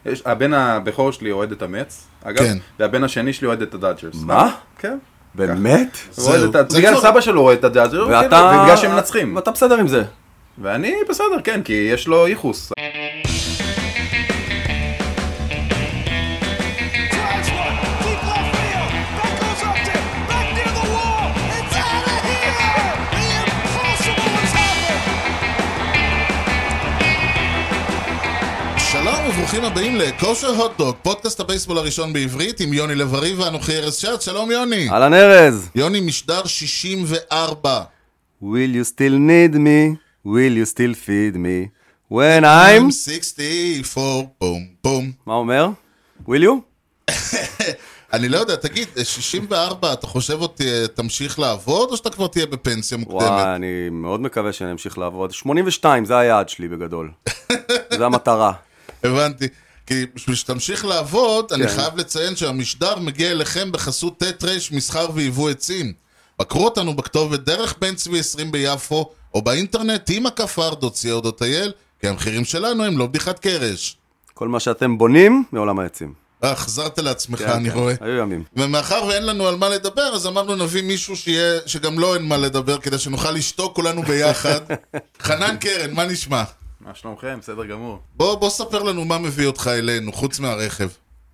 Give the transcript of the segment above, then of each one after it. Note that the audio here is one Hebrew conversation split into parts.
הבן הבכור שלי אוהד את המץ, אגב, כן. והבן השני שלי אוהד את הדאג'רס. מה? כן. באמת? בגלל סבא שלו אוהד את הדאג'רס, ובגלל שהם מנצחים. ואתה בסדר עם זה? ואני בסדר, כן, כי יש לו ייחוס. שלום וברוכים הבאים לכושר הוטדוג, פודקאסט הבייסבול הראשון בעברית עם יוני לב-ארי ואנוכי ארז שץ. שלום יוני. אהלן ארז. יוני, משדר 64. Will you still need me? Will you still feed me? When I'm... 64, בום בום. מה אומר? will you? אני לא יודע, תגיד, 64, אתה חושב עוד תמשיך לעבוד או שאתה כבר תהיה בפנסיה מוקדמת? וואי, אני מאוד מקווה שאני אמשיך לעבוד. 82, זה היעד שלי בגדול. זה המטרה. הבנתי. כי בשביל שתמשיך לעבוד, אני חייב לציין שהמשדר מגיע אליכם בחסות תטרש, מסחר ויבוא עצים. בקרו אותנו בכתובת דרך בן צבי 20 ביפו, או באינטרנט imacafar.co.il, כי המחירים שלנו הם לא בדיחת קרש. כל מה שאתם בונים מעולם העצים. חזרת לעצמך, אני רואה. היו ימים. ומאחר ואין לנו על מה לדבר, אז אמרנו נביא מישהו שגם לא אין מה לדבר, כדי שנוכל לשתוק כולנו ביחד. חנן קרן, מה נשמע? מה שלומכם? בסדר גמור. בוא ספר לנו מה מביא אותך אלינו, חוץ מהרכב.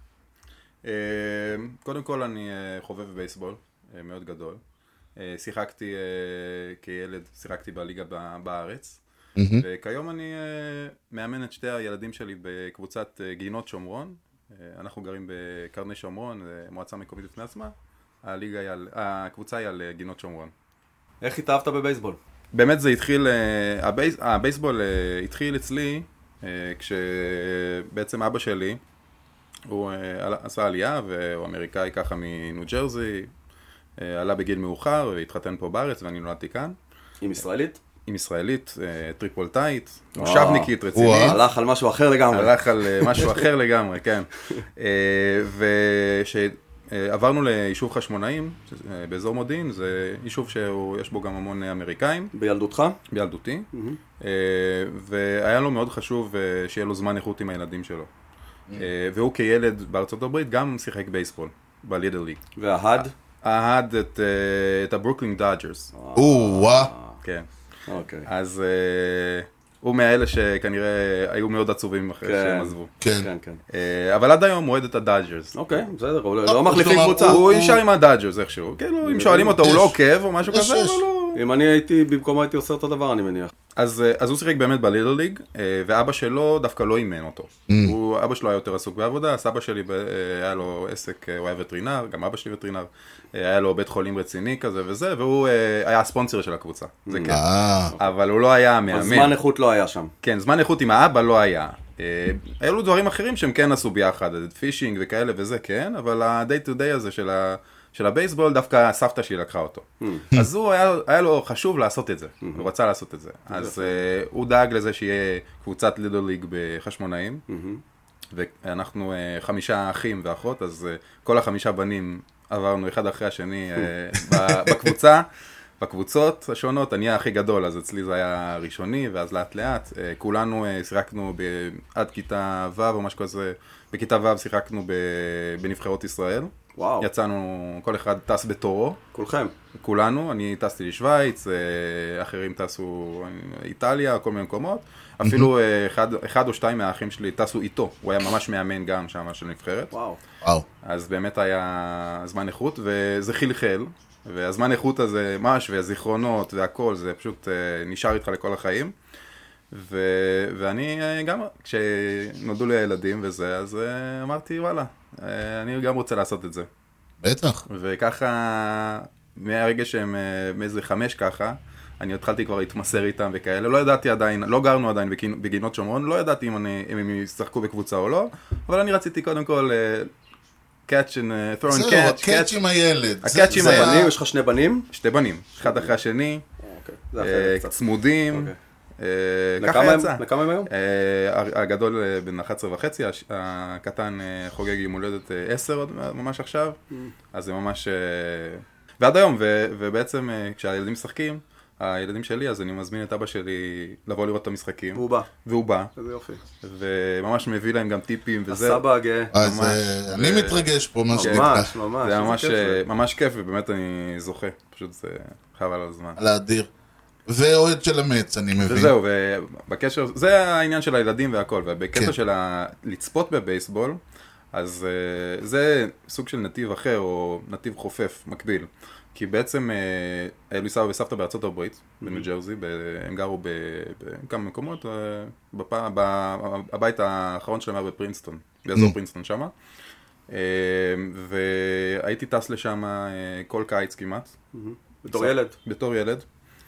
קודם כל אני חובב בייסבול, מאוד גדול. שיחקתי כילד, שיחקתי בליגה בארץ. וכיום אני מאמן את שתי הילדים שלי בקבוצת גינות שומרון. אנחנו גרים בקרני שומרון, מועצה מקומית בפני עצמה. הקבוצה היא על גינות שומרון. איך התאהבת בבייסבול? באמת זה התחיל, הבייסבול התחיל אצלי כשבעצם אבא שלי, הוא עשה עלייה והוא אמריקאי ככה מניו ג'רזי, עלה בגיל מאוחר והתחתן פה בארץ ואני נולדתי כאן. עם ישראלית? עם ישראלית, טריפולטאית, מושבניקית רצינית. הלך על משהו אחר לגמרי. הלך על משהו אחר לגמרי, כן. עברנו ליישוב חשמונאים, באזור מודיעין, זה יישוב שיש בו גם המון אמריקאים. בילדותך? בילדותי. והיה לו מאוד חשוב שיהיה לו זמן איכות עם הילדים שלו. והוא כילד בארצות הברית גם שיחק בייסבול, בלידל ליג. וההד? ההד את הברוקלין דאג'רס. וואה. כן. אוקיי. אז הוא מאלה שכנראה היו מאוד עצובים אחרי שהם עזבו. כן. אבל עד היום הוא אוהד את הדאג'רס. אוקיי, בסדר, הוא לא מחליפים קבוצה. הוא נשאר עם הדאג'רס איכשהו. כאילו, אם שואלים אותו, הוא לא עוקב או משהו כזה, אבל לא... אם אני הייתי, במקום הייתי עושה אותו דבר, אני מניח. אז הוא שיחק באמת בלידל ליג, ואבא שלו דווקא לא אימן אותו. אבא שלו היה יותר עסוק בעבודה, סבא שלי היה לו עסק, הוא היה וטרינר, גם אבא שלי וטרינר, היה לו בית חולים רציני כזה וזה, והוא היה הספונסר של הקבוצה, זה כן. אבל הוא לא היה מאמן. זמן איכות לא היה שם. כן, זמן איכות עם האבא לא היה. היו לו דברים אחרים שהם כן עשו ביחד, פישינג וכאלה וזה כן, אבל ה-day to day הזה של הבייסבול, דווקא סבתא שלי לקחה אותו. אז הוא היה לו חשוב לעשות את זה, הוא רצה לעשות את זה. אז הוא דאג לזה שיהיה קבוצת לידל ליג בחשמונאים, ואנחנו 5 אחים ואחות, אז כל 5 בנים עברנו אחד אחרי השני בקבוצה, בקבוצות השונות. אני הכי גדול, אז אצלי זה היה ראשוני, ואז לאט לאט, כולנו שיחקנו עד כיתה ו' או משהו כזה, בכיתה ו' שיחקנו בנבחרות ישראל. וואו. יצאנו, כל אחד טס בתורו. כולכם? כולנו, אני טסתי לשוויץ, אחרים טסו איטליה, כל מיני מקומות. אפילו אחד או 2 מהאחים שלי טסו איתו, הוא היה ממש מאמן גם שם של נבחרת. וואו. אז באמת היה זמן איכות, וזה חלחל, והזמן איכות הזה ממש, והזיכרונות והכל, זה פשוט נשאר איתך לכל החיים. ואני גם, כשנולדו לי הילדים וזה, אז אמרתי, וואלה, אני גם רוצה לעשות את זה. בטח. וככה, מהרגע שהם מאיזה 5 ככה, אני התחלתי כבר להתמסר איתם וכאלה, לא ידעתי עדיין, לא גרנו עדיין בגינות שומרון, לא ידעתי אם הם ישחקו בקבוצה או לא, אבל אני רציתי קודם כל catch and throw and catch. זהו, הקאץ' עם הילד. הקאץ' עם הילד. יש לך 2 בנים? 2 בנים, אחד אחרי השני, צמודים. ככה יצא. לכמה הם היום? הגדול בן 11.5, הקטן חוגג יום הולדת 10 ממש עכשיו, אז זה ממש... ועד היום, ובעצם כשהילדים משחקים, הילדים שלי, אז אני מזמין את אבא שלי לבוא לראות את המשחקים. והוא בא. איזה יופי. וממש מביא להם גם טיפים וזה. הסבא הגאה. אז אני מתרגש פה, מה שנקרא. ממש. זה ממש כיף, ובאמת אני זוכה. פשוט זה חבל על הזמן. על האדיר. ואוהד של המץ, אני מבין. וזהו, ובקשר, זה העניין של הילדים והכל, ובקטע של לצפות בבייסבול, אז זה סוג של נתיב אחר, או נתיב חופף, מקביל. כי בעצם היו לי סבא וסבתא בארצות הברית, בניו ג'רזי, הם גרו בכמה מקומות, הבית האחרון שלהם היה בפרינסטון, באזור פרינסטון שמה, והייתי טס לשם כל קיץ כמעט. בתור ילד.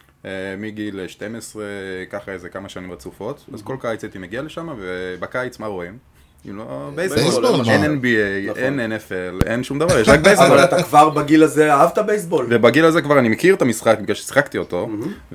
מגיל 12, ככה איזה כמה שנים רצופות, אז כל קיץ הייתי מגיע לשם, ובקיץ מה רואים? בייסבול, אין NBA, אין NFL, אין שום דבר, יש רק בייסבול. אבל אתה כבר בגיל הזה אהבת בייסבול. ובגיל הזה כבר אני מכיר את המשחק, בגלל ששיחקתי אותו,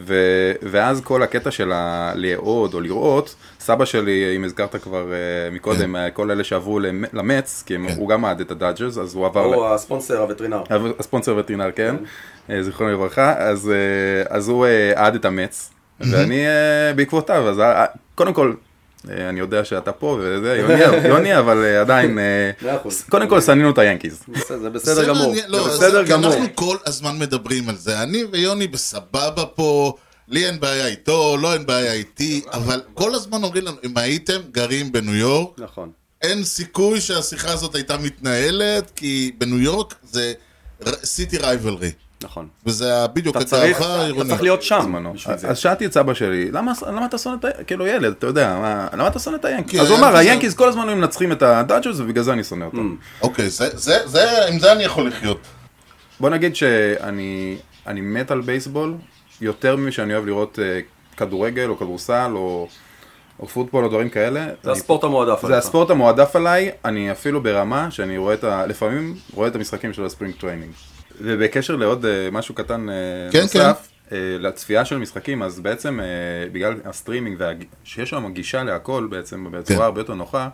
ואז כל הקטע של לאהוד או לראות, סבא שלי, אם הזכרת כבר מקודם, כל אלה שעברו למץ, כי הוא גם אהד את הדאג'רס, אז הוא עבר... הוא הספונסר הווטרינר. הספונסר הווטרינר, כן, זיכרונו לברכה, אז הוא אהד את המץ, ואני בעקבותיו, אז קודם כל, אני יודע שאתה פה וזה, יוני, אבל עדיין, קודם כל סנינו את היאנקיז. זה בסדר גמור. אנחנו כל הזמן מדברים על זה, אני ויוני בסבבה פה, לי אין בעיה איתו, לא אין בעיה איתי, אבל כל הזמן אומרים לנו, אם הייתם גרים בניו יורק, אין סיכוי שהשיחה הזאת הייתה מתנהלת, כי בניו יורק זה סיטי רייבלרי. נכון. וזה בדיוק אתה צריך להיות שם. אז שאלתי את סבא שלי, למה אתה שונא את היאנקיז? כאילו ילד, אתה יודע, למה אתה שונא את היאנקיז? אז הוא אמר, היאנקיז כל הזמן הם מנצחים את הדאג'רס ובגלל זה אני שונא אותם. אוקיי, עם זה אני יכול לחיות. בוא נגיד שאני מת על בייסבול, יותר משאני אוהב לראות כדורגל או כדורסל או פוטבול או דברים כאלה. זה הספורט המועדף עליך. זה הספורט המועדף עליי, אני אפילו ברמה שאני לפעמים רואה את המשחקים של הספרינג טריינינג. ובקשר לעוד משהו קטן נוסף, לצפייה של משחקים, אז בעצם בגלל הסטרימינג, שיש שם גישה להכל בעצם בצורה הרבה יותר נוחה,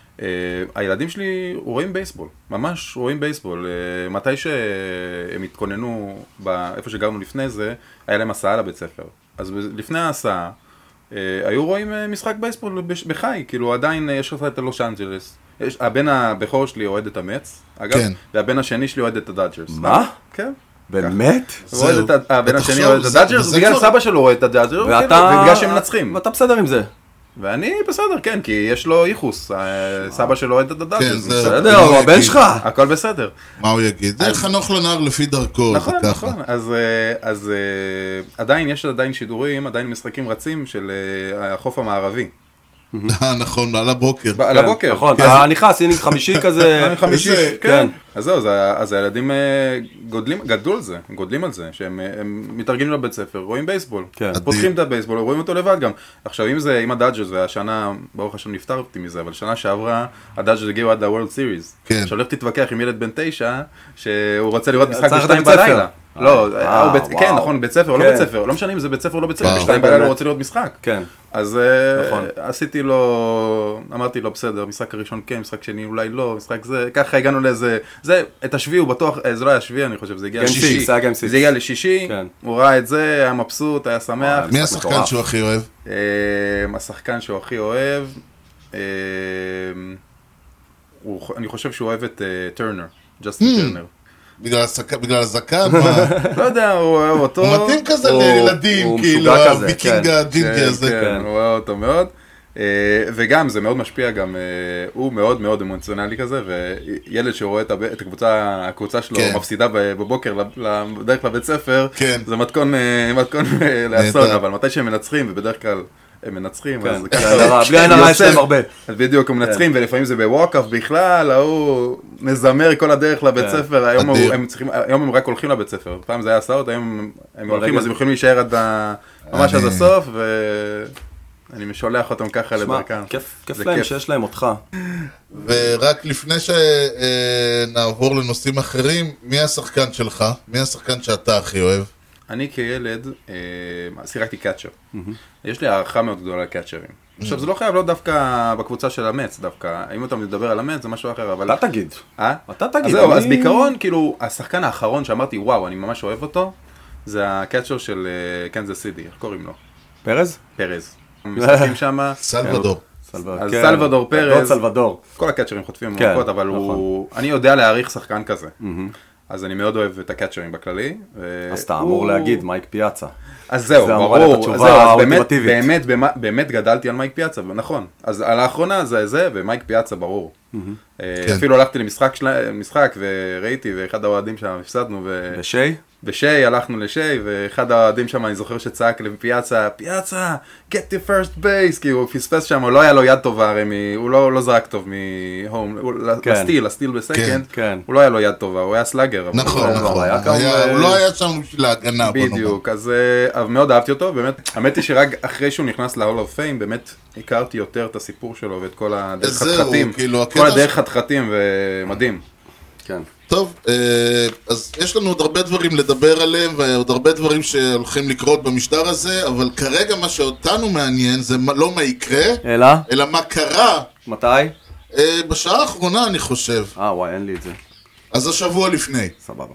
הילדים שלי רואים בייסבול, ממש רואים בייסבול. מתי שהם התכוננו, איפה שגרנו לפני זה, היה להם הסעה לבית ספר. אז לפני ההסעה, היו רואים משחק בייסבול בחי, כאילו עדיין יש לך את לוס אנג'לס. הבן הבכור שלי אוהד את המץ, אגב, והבן השני שלי אוהד את הדאג'רס. מה? כן. באמת? הבן השני אוהד את הדאג'רס, בגלל סבא שלו אוהד את הדאג'רס, ובגלל שהם מנצחים. ואתה בסדר עם זה? ואני בסדר, כן, כי יש לו ייחוס, סבא שלו אוהד את הדאג'רס. בסדר, הוא הבן שלך. הכל בסדר. מה הוא יגיד? זה חנוך לנער לפי דרכו, זה ככה. נכון, אז עדיין יש שידורים, עדיין משחקים רצים של החוף המערבי. נכון, על הבוקר. על הבוקר. נכון, אתה נכנס, הנה חמישי כזה. חמישי, כן. אז זהו, אז הילדים גודלים על זה, שהם מתארגנים לבית ספר, רואים בייסבול. פותחים את הבייסבול, רואים אותו לבד גם. עכשיו, אם הדאג'רס, והשנה, ברוך השם נפטרתי מזה, אבל שנה שעברה, הדאג'רס הגיעו עד ל-World Series. עכשיו, לך תתווכח עם ילד בן 9, שהוא רוצה לראות משחק ב-2 בלילה. לא, כן, נכון, בית ספר או לא בית ספר, לא משנה אם זה בית ספר או לא בית ספר, ב-2 בלילה הוא רוצה לראות משחק. כן. אז עשיתי לו, אמרתי לו בסדר, משחק הראשון כן, משחק שני אולי לא, משחק זה, ככה הגענו לאיזה, זה, את השביעי הוא בטוח, זה לא היה שביעי אני חושב, זה הגיע לשישי, זה הגיע לשישי, הוא ראה את זה, היה מבסוט, היה שמח. מי השחקן שהוא הכי אוהב? השחקן שהוא הכי אוהב, אני חושב שהוא אוהב את טרנר, ג'סטין טרנר. בגלל הזקן? לא יודע, הוא אוהב אותו. הוא מתאים כזה לילדים, כאילו, הוויקינג הג'ינג'י הזה. כן, הוא אוהב אותו מאוד. וגם, זה מאוד משפיע, גם הוא מאוד מאוד אמוציונלי כזה, וילד שרואה את הקבוצה שלו מפסידה בבוקר בדרך לבית ספר, זה מתכון לאסון, אבל מתי שהם מנצחים, ובדרך כלל הם מנצחים, אז בלי עין הרע יש להם הרבה. אז בדיוק הם מנצחים, ולפעמים זה בוואקאפ בכלל, הוא מזמר כל הדרך לבית ספר, היום הם רק הולכים לבית ספר, פעם זה היה הסעות, היום הם הולכים, אז הם יכולים להישאר ממש עד הסוף, ואני משולח אותם ככה לדרכם. כיף להם שיש להם אותך. ורק לפני שנעבור לנושאים אחרים, מי השחקן שלך? מי השחקן שאתה הכי אוהב? אני כילד שיחקתי קאצ'ר. יש לי הערכה מאוד גדולה לקאצ'רים. עכשיו, זה לא חייב לא דווקא בקבוצה של המץ, דווקא. אם אתה מדבר על המץ, זה משהו אחר, אבל... אתה תגיד. אתה תגיד. אז בעיקרון, כאילו, השחקן האחרון שאמרתי, וואו, אני ממש אוהב אותו, זה הקאצ'ר של קנזס סיטי, איך קוראים לו? פרז? פרז. משחקים שם. סלבדור. אז סלבדור פרז. סלבדור. כל הקאצ'רים חוטפים מכות, אבל אני יודע להעריך שחקן כזה. אז אני מאוד אוהב את הקאצ'רים בכללי. אז אתה אמור להגיד מייק פיאצה. אז זהו, ברור, באמת גדלתי על מייק פיאצה, נכון. אז על האחרונה זה, ומייק פיאצה ברור. אפילו הלכתי למשחק וראיתי, ואחד האוהדים שם הפסדנו. בשי? בשי, הלכנו לשי, ואחד האוהדים שם, אני זוכר שצעק לפיאצה, פיאצה, get the first base, כי הוא פספס שם, הוא לא היה לו יד טובה, הוא לא זרק טוב מהום, לסטיל בסקנד, הוא לא היה לו יד טובה, הוא היה סלאגר. נכון, הוא לא היה שם בשביל ההגנה. בדיוק, אז מאוד אהבתי אותו, באמת, האמת היא שרק אחרי שהוא נכנס ל-Hall of Fame, באמת הכרתי יותר את הסיפור שלו, ואת כל הדרך חתחתים, כל הדרך חתחתים, ומדהים. כן. טוב, אז יש לנו עוד הרבה דברים לדבר עליהם, ועוד הרבה דברים שהולכים לקרות במשדר הזה, אבל כרגע מה שאותנו מעניין זה לא מה יקרה, אלא מה קרה. מתי? בשעה האחרונה אני חושב. וואי, אין לי את זה. אז השבוע לפני. סבבה.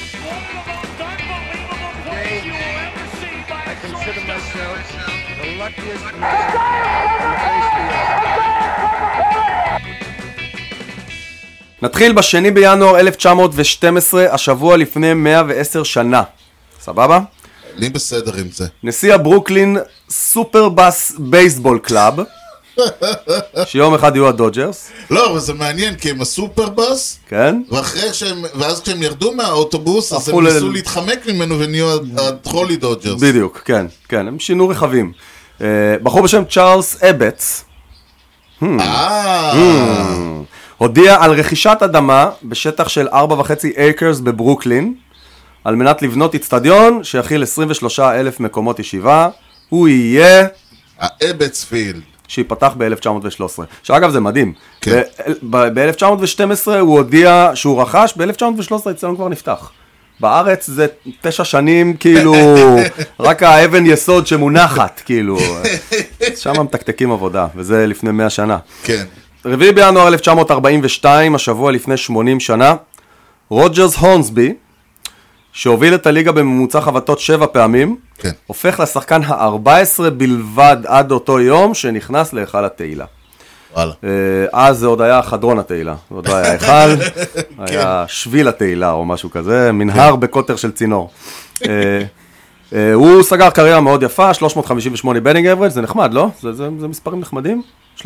נתחיל בשני בינואר 1912, השבוע לפני 110 שנה. סבבה? אני בסדר עם זה. נשיא הברוקלין סופרבאס בייסבול קלאב, שיום אחד יהיו הדודג'רס. לא, אבל זה מעניין, כי הם הסופרבאס, כן? ואז כשהם ירדו מהאוטובוס, אז הם ניסו להתחמק ממנו ונהיו הטרולי דודג'רס. בדיוק, כן, כן, הם שינו רכבים. בחור בשם צ'ארלס אבטס. הודיע על רכישת אדמה בשטח של 4.5 אקרס בברוקלין, על מנת לבנות אצטדיון שיכיל 23,000 מקומות ישיבה. הוא יהיה האבטספילד, שיפתח ב-1913. שאגב זה מדהים. כן. ב-1912 הוא הודיע שהוא רכש, ב-1913 אצלנו כבר נפתח. בארץ זה 9 שנים, כאילו, רק האבן יסוד שמונחת, כאילו. שם מתקתקים עבודה, וזה לפני 100 שנה. כן. 4 בינואר 1942, השבוע לפני 80 שנה, רוג'רס הורנסבי, שהוביל את הליגה בממוצע חבטות 7 פעמים, כן. הופך לשחקן ה-14 בלבד עד אותו יום שנכנס להיכל התהילה. וואלה. אז זה עוד היה חדרון התהילה, זה עוד לא היה היכל, היה שביל התהילה או משהו כזה, מנהר בקוטר של צינור. הוא סגר קריירה מאוד יפה, 358 בטינג אברג', זה נחמד, לא? זה מספרים נחמדים?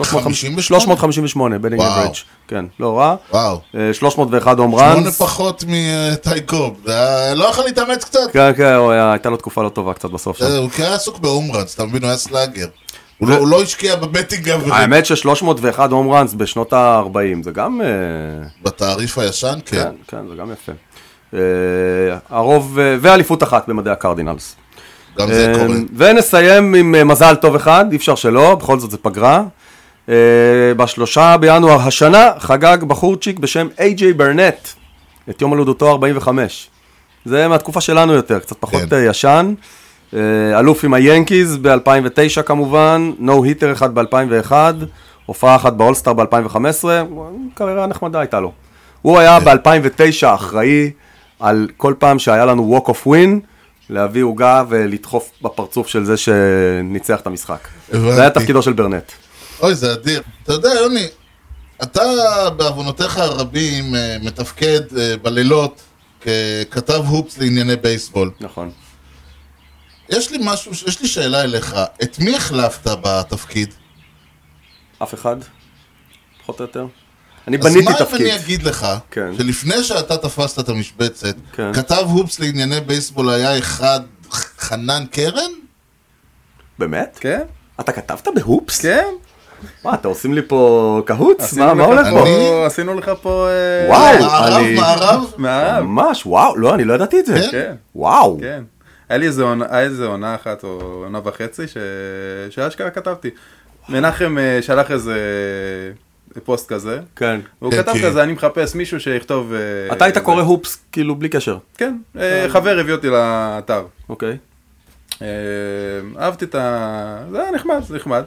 358 בטינג אברג', כן, לא רע. וואו. 301 הום ראנס. 8 פחות מטייקוב, לא יכול להתאמץ קצת. כן, כן, הייתה לו תקופה לא טובה קצת בסוף שם. הוא היה עסוק בהום ראנס, אתה מבין, הוא היה סלאגר. הוא לא השקיע בבטינג אברג'. האמת ש301 הום ראנס בשנות ה-40, זה גם... בתעריף הישן, כן. כן, כן, זה גם יפה. הרוב, ואליפות אחת במדעי הקרדינלס. גם זה קורה. ונסיים עם מזל טוב אחד, אי אפשר שלא, בכל זאת זה פגרה. ב3 בינואר השנה חגג בחורצ'יק בשם איי-ג'יי ברנט, את יום הולדתו 45. זה מהתקופה שלנו יותר, קצת פחות ישן. אלוף עם היאנקיז ב-2009 כמובן, נו היטר אחד ב-2001, הופעה אחת באולסטאר ב-2015, קריירה נחמדה הייתה לו. הוא היה ב-2009 אחראי על כל פעם שהיה לנו walk of win, להביא הוגה ולדחוף בפרצוף של זה שניצח את המשחק. זה היה תפקידו של ברנט. אוי, זה אדיר. אתה יודע, יוני, אתה בעוונותיך הרבים מתפקד בלילות ככתב הופס לענייני בייסבול. נכון. יש לי שאלה אליך, את מי החלפת בתפקיד? אף אחד? פחות או יותר? אני בניתי תפקיד. אז מה אם אני אגיד לך, שלפני שאתה תפסת את המשבצת, כתב הופס לענייני בייסבול היה אחד חנן קרן? באמת? כן. אתה כתבת בהופס? כן. מה, אתה עושים לי פה קהוץ? מה הולך פה? עשינו לך פה... וואו, מערב? ממש, וואו, לא, אני לא ידעתי את זה. כן. וואו. כן. היה לי איזה עונה אחת או עונה וחצי שאשכרה כתבתי. מנחם שלח איזה פוסט כזה. כן. והוא כתב כזה, אני מחפש מישהו שיכתוב... אתה היית קורא הופס כאילו בלי קשר? כן. חבר הביא אותי לאתר. אוקיי. אהבתי את ה... זה היה נחמד, זה נחמד.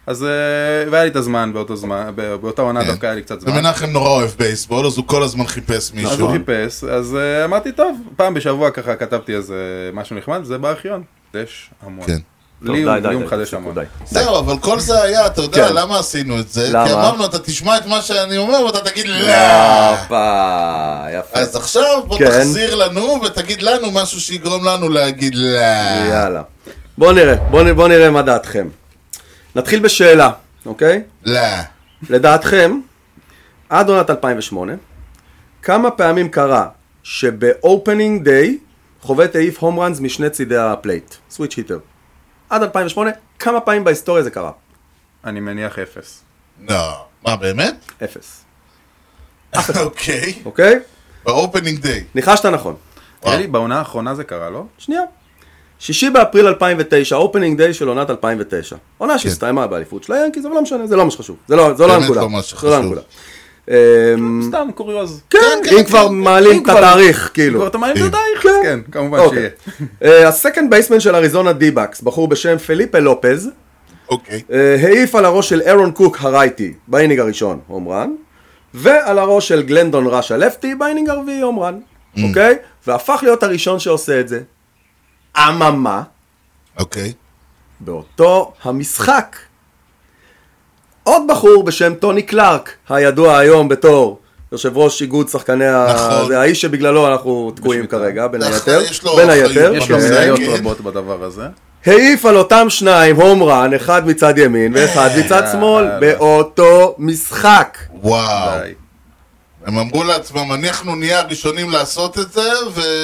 אז והיה לי את הזמן באותה עונה דווקא היה לי קצת זמן. ומנחם נורא אוהב בייסבול, אז הוא כל הזמן חיפש מישהו. אז הוא חיפש, אז אמרתי, טוב, פעם בשבוע ככה כתבתי איזה משהו נחמד, זה בארכיון. יש המון. כן. לי הוא מחדש המון. זהו, אבל כל זה היה, אתה יודע למה עשינו את זה? כי אמרנו, אתה תשמע את מה שאני אומר ואתה תגיד יפה. אז עכשיו בוא תחזיר לנו ותגיד לנו משהו שיגרום לנו להגיד יאללה. בוא נראה מה דעתכם. נתחיל בשאלה, אוקיי? לדעתכם, עד עונת 2008, כמה פעמים קרה שבאופנינג דיי חובט העיף הום ראנס משני צידי הפלייט, סוויץ' היטר? עד 2008, כמה פעמים בהיסטוריה זה קרה? אני מניח 0. לא. מה, באמת? 0. אוקיי. אוקיי? באופנינג דיי. ניחשת נכון. אלי, בעונה האחרונה זה קרה, לא? שנייה. 6 באפריל 2009, אופנינג דיי של עונת 2009. עונה שהסתיימה באליפות של היאנקיז, אבל לא משנה, זה לא מה שחשוב. זה לא הנקודה. זה לא הנקודה. סתם קוריוז. כן, אם כבר מעלים את התאריך, כאילו. אם כבר אתה מעלים את התאריך, אז כן, כמובן שיהיה. הסקנד בייסמן של אריזונה די-בקס, בחור בשם פליפה לופז, העיף על הראש של אירון קוק הרייטי, באינינג הראשון, הום רן, ועל הראש של גלנדון ראש הלפטי, באינינג הרביעי, הום רן. אוקיי? והפך להיות הראשון שעושה את זה. אממה, באותו המשחק, עוד בחור בשם טוני קלארק, הידוע היום בתור יושב ראש איגוד שחקני האיש שבגללו אנחנו תקועים כרגע, בין היתר. יש לו מניות רבות בדבר הזה. העיף על אותם שניים הום רן, אחד מצד ימין ואחד מצד שמאל, באותו משחק. וואו. הם אמרו לעצמם, אנחנו נהיה הראשונים לעשות את זה,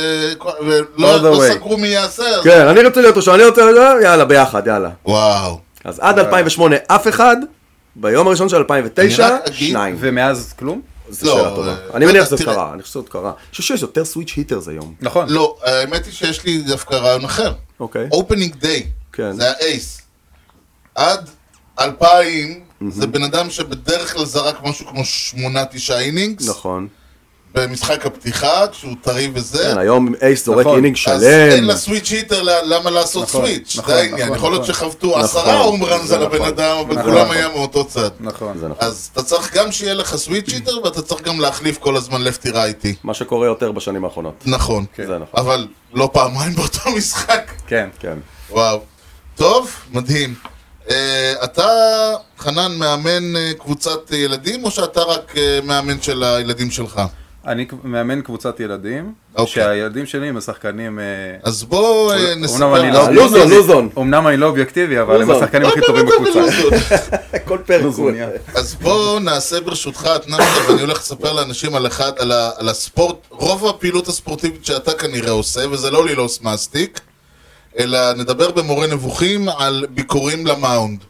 ולא סגרו מי יעשה. כן, אני רוצה להיות ראשון, אני רוצה להיות, יאללה, ביחד, יאללה. וואו. אז עד 2008 אף אחד, ביום הראשון של 2009, שניים. ומאז כלום? זו שאלה טובה. אני מניח שזה קרה, אני חושב שזה קרה. אני חושב שיש יותר סוויץ' היטרס היום. נכון. לא, האמת היא שיש לי דווקא רעיון אחר. אוקיי. אופנינג דיי, זה האייס. עד 2000, זה בן אדם שבדרך כלל זרק משהו כמו 8-9 אינינגס. נכון. במשחק הפתיחה, כשהוא טרי וזה. כן, היום אייס זורק אינינג שלם. אז אין לה סוויץ' היטר, למה לעשות סוויץ'? זה העניין. יכול להיות שחבטו 10 הום ראנס על הבן אדם, אבל כולם היה מאותו צד. נכון. אז אתה צריך גם שיהיה לך סוויץ' היטר, ואתה צריך גם להחליף כל הזמן לפטי רייטי. מה שקורה יותר בשנים האחרונות. נכון. אבל לא פעמיים באותו משחק. כן. וואו. טוב, מדהים. אתה, חנן, מאמן קבוצת ילדים, או שאתה רק מאמן של הילדים שלך? אני מאמן קבוצת ילדים, שהילדים שלי הם השחקנים... אז בואו נספר... לוזון. אמנם אני לא אובייקטיבי, אבל הם השחקנים הכי טובים בקבוצה. כל פרק. אז בואו נעשה ברשותך אתננה, ואני הולך לספר לאנשים על הספורט, רוב הפעילות הספורטיבית שאתה כנראה עושה, וזה לא לילוס מסטיק, אלא נדבר במורה נבוכים על ביקורים למאונד.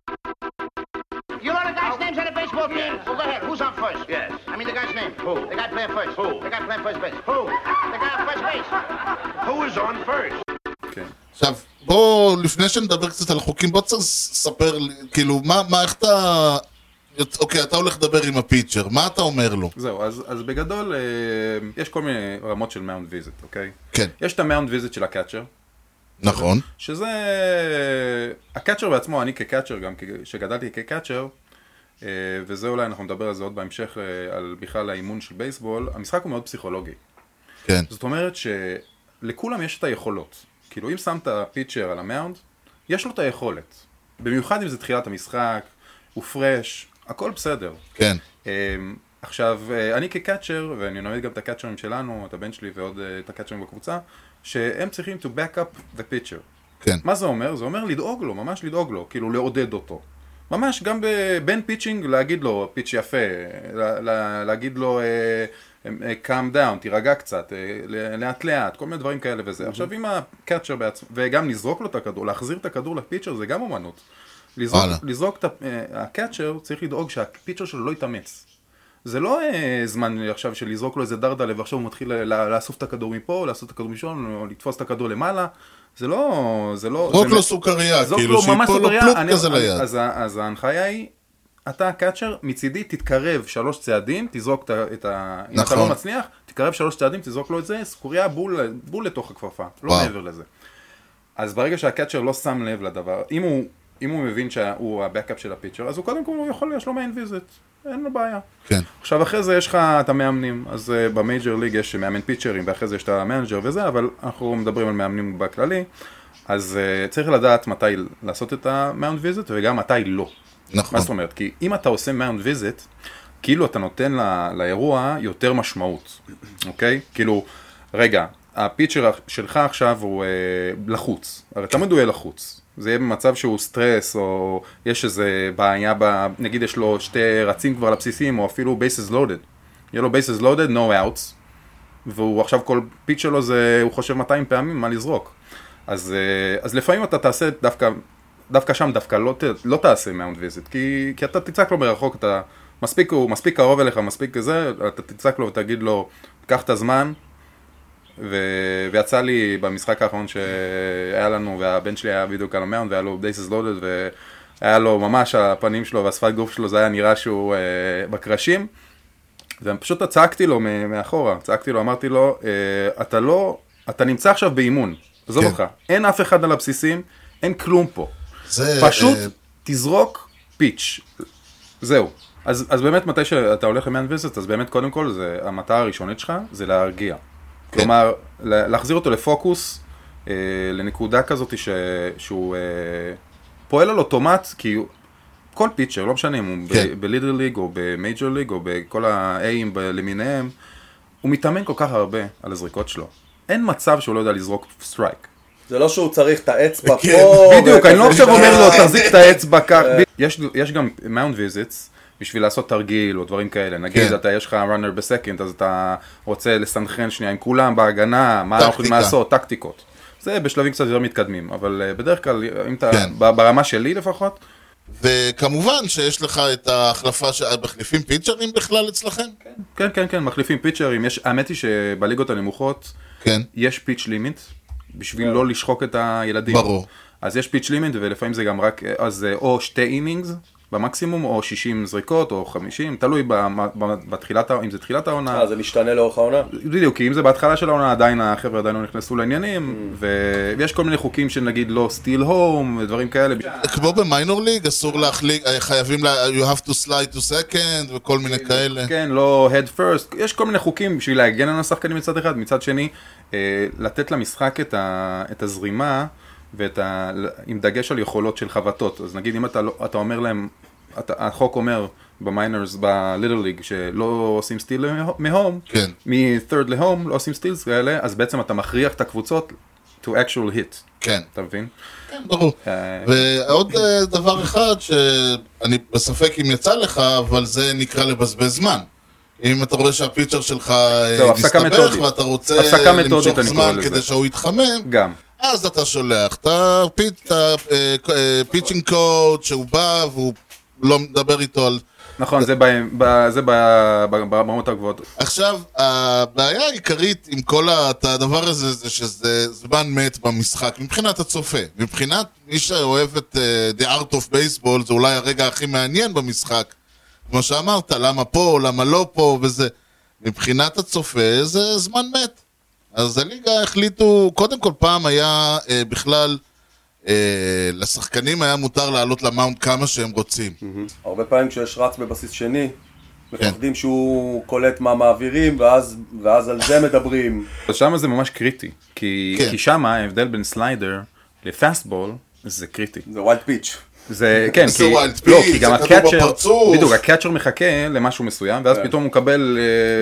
You know the guy's names on the baseball team? Well, go ahead. Who's on first? Yes. I mean the guy's name. Who? The guy playing first. Who? The guy playing first base. Who? The guy on first base. Who is on first? עכשיו, בוא, לפני שנדבר קצת על החוקים, בוא תספר לי, כאילו, מה, איך אתה... אוקיי, אתה הולך לדבר עם הפיצ'ר, מה אתה אומר לו? זהו, אז בגדול, יש כל מיני רמות של מאונד ויזיט, אוקיי? כן. יש את המאונד ויזיט של הקאצ'ר. נכון. שזה... הקאצ'ר בעצמו, אני כקאצ'ר גם, שגדלתי כקאצ'ר, וזה אולי אנחנו נדבר על זה עוד בהמשך, על בכלל האימון של בייסבול, המשחק הוא מאוד פסיכולוגי. כן. זאת אומרת שלכולם יש את היכולות. כאילו, אם שמת פיצ'ר על המאונד, יש לו את היכולת. במיוחד אם זה תחילת המשחק, הוא פרש, הכל בסדר. כן. עכשיו, אני כקאצ'ר, ואני נועד גם את הקאצ'רים שלנו, את הבן שלי ועוד את הקאצ'רים בקבוצה, שהם צריכים to back up the pitcher. כן. מה זה אומר? זה אומר לדאוג לו, ממש לדאוג לו, כאילו לעודד אותו. ממש גם בין פיצ'ינג להגיד לו פיץ' יפה, להגיד לו calm down, תירגע קצת, לאט לאט, כל מיני דברים כאלה וזה. עכשיו אם הקאצ'ר בעצמו, וגם לזרוק לו את הכדור, להחזיר את הכדור לפיצ'ר זה גם אומנות. לזרוק את הקאצ'ר צריך לדאוג שהפיצ'ר שלו לא יתאמץ. זה לא זמן עכשיו של לזרוק לו איזה דרדלה ועכשיו הוא מתחיל לאסוף את הכדור מפה, לאסוף את הכדור משון, או לתפוס את הכדור למעלה. זה לא... זרוק לו סוכריה, כאילו שיפול לו פלופ כזה ליד. אז ההנחיה היא, אתה הקאצ'ר, מצידי תתקרב 3 צעדים, תזרוק את ה... אם אתה לא מצליח, תתקרב 3 צעדים, תזרוק לו את זה, סוכריה בול לתוך הכפפה, לא מעבר לזה. אז ברגע שהקאצ'ר לא שם לב לדבר, אם הוא אם הוא מבין שהוא הבקאפ של הפיצ'ר, אז הוא קודם כל הוא יכול, יש לו מיין ויזיט, אין לו בעיה. כן. עכשיו אחרי זה יש לך את המאמנים, אז במייג'ר ליג יש מאמן פיצ'רים, ואחרי זה יש את המנג'ר וזה, אבל אנחנו מדברים על מאמנים בכללי, אז צריך לדעת מתי לעשות את המאונד ויזיט, וגם מתי לא. נכון. מה זאת אומרת? כי אם אתה עושה מאונד ויזיט, כאילו אתה נותן לאירוע יותר משמעות, אוקיי? כאילו, רגע, הפיצ'ר שלך עכשיו הוא לחוץ, הרי תמיד הוא יהיה לחוץ. זה יהיה במצב שהוא סטרס, או יש איזה בעיה, נגיד יש לו שתי רצים כבר לבסיסים, או אפילו bases loaded. יהיה לו bases loaded, no outs, והוא עכשיו כל פיץ' שלו זה, הוא חושב 200 פעמים מה לזרוק. אז לפעמים אתה תעשה דווקא שם, דווקא לא תעשה מאונד ויזיט, כי אתה תצעק לו ברחוק, הוא מספיק קרוב אליך, מספיק כזה, אתה תצעק לו ותגיד לו, קח את הזמן, ויצא לי במשחק האחרון שהיה לנו, והבן שלי היה בדיוק על המאונד, והיה לו bases loaded, והיה לו ממש הפנים שלו והשפת גוף שלו, זה היה נראה שהוא בקרשים, ופשוט צעקתי לו מאחורה, אמרתי לו, אתה נמצא עכשיו באימון, עזוב אותך, אין אף אחד על הבסיסים, אין כלום פה, פשוט תזרוק פיץ', זהו. אז באמת מתי שאתה הולך למאונד ויזיט, אז באמת קודם כל, המטרה הראשונית שלך זה להרגיע. כלומר, להחזיר אותו לפוקוס, לנקודה כזאת שהוא פועל על אוטומט, כי כל פיצ'ר, לא משנה אם הוא בלידר ליג או במייג'ר ליג או בכל ה-A'ים למיניהם, הוא מתאמן כל כך הרבה על הזריקות שלו. אין מצב שהוא לא יודע לזרוק סטרייק. זה לא שהוא צריך את האצבע פה. בדיוק, אני לא עכשיו אומר לו, תחזיק את האצבע כך. יש גם מאונד ויזיטס, בשביל לעשות תרגיל או דברים כאלה. נגיד, יש לך runner בסקנד, אז אתה רוצה לסנכרן שנייה עם כולם בהגנה, מה אנחנו יכולים לעשות, טקטיקות. זה בשלבים קצת יותר מתקדמים, אבל בדרך כלל, אם אתה, ברמה שלי לפחות. וכמובן שיש לך את ההחלפה, מחליפים פיצ'רים בכלל אצלכם? כן, מחליפים פיצ'רים. האמת היא שבליגות הנמוכות, יש פיץ' לימיט, בשביל לא לשחוק את הילדים. ברור. אז יש פיץ' לימיט, ולפעמים זה גם רק, אז או 2 אינינגס, במקסימום, או 60 זריקות, או 50, תלוי אם זה תחילת העונה. זה משתנה לאורך העונה? בדיוק, כי אם זה בהתחלה של העונה, עדיין החבר'ה עדיין לא נכנסו לעניינים, ויש כל מיני חוקים של נגיד לא סטיל הום, ודברים כאלה. כמו במיינור ליג, אסור להחליק, חייבים, you have to slide to second, וכל מיני כאלה. כן, לא head first, יש כל מיני חוקים בשביל להגן על השחקנים מצד אחד, מצד שני, לתת למשחק את הזרימה, עם דגש על יכולות של חבטות. אז נגיד אם אתה אומר להם, החוק אומר במיינרס, בליטל ליג, שלא עושים סטיל מהום, מ-third להום, לא עושים סטילס כאלה, אז בעצם אתה מכריח את הקבוצות to actual hit. כן. אתה מבין? כן, ברור. ועוד דבר אחד שאני בספק אם יצא לך, אבל זה נקרא לבזבז זמן. אם אתה רואה שהפיצ'ר שלך מסתבך ואתה רוצה למשוך זמן כדי שהוא יתחמם, גם. אז אתה שולח את הפיצ'ינג קוד שהוא בא והוא לא מדבר איתו על... נכון, זה ברמות הגבוהות. עכשיו, הבעיה העיקרית עם כל הדבר הזה זה שזה זמן מת במשחק, מבחינת הצופה. מבחינת מי שאוהב את The Art of Baseball, זה אולי הרגע הכי מעניין במשחק. כמו שאמרת, למה פה, למה לא פה, וזה. מבחינת הצופה זה זמן מת. אז הליגה החליטו, קודם כל פעם היה בכלל, לשחקנים היה מותר לעלות למאונד כמה שהם רוצים. הרבה פעמים כשיש רץ בבסיס שני, מפחדים שהוא קולט מה מעבירים, ואז על זה מדברים. אז שם זה ממש קריטי, כי שם ההבדל בין סליידר לפאסטבול, זה קריטי. זה ווילד פיץ'. זה, כן, כי גם הקאצ'ר מחכה למשהו מסוים, ואז פתאום הוא מקבל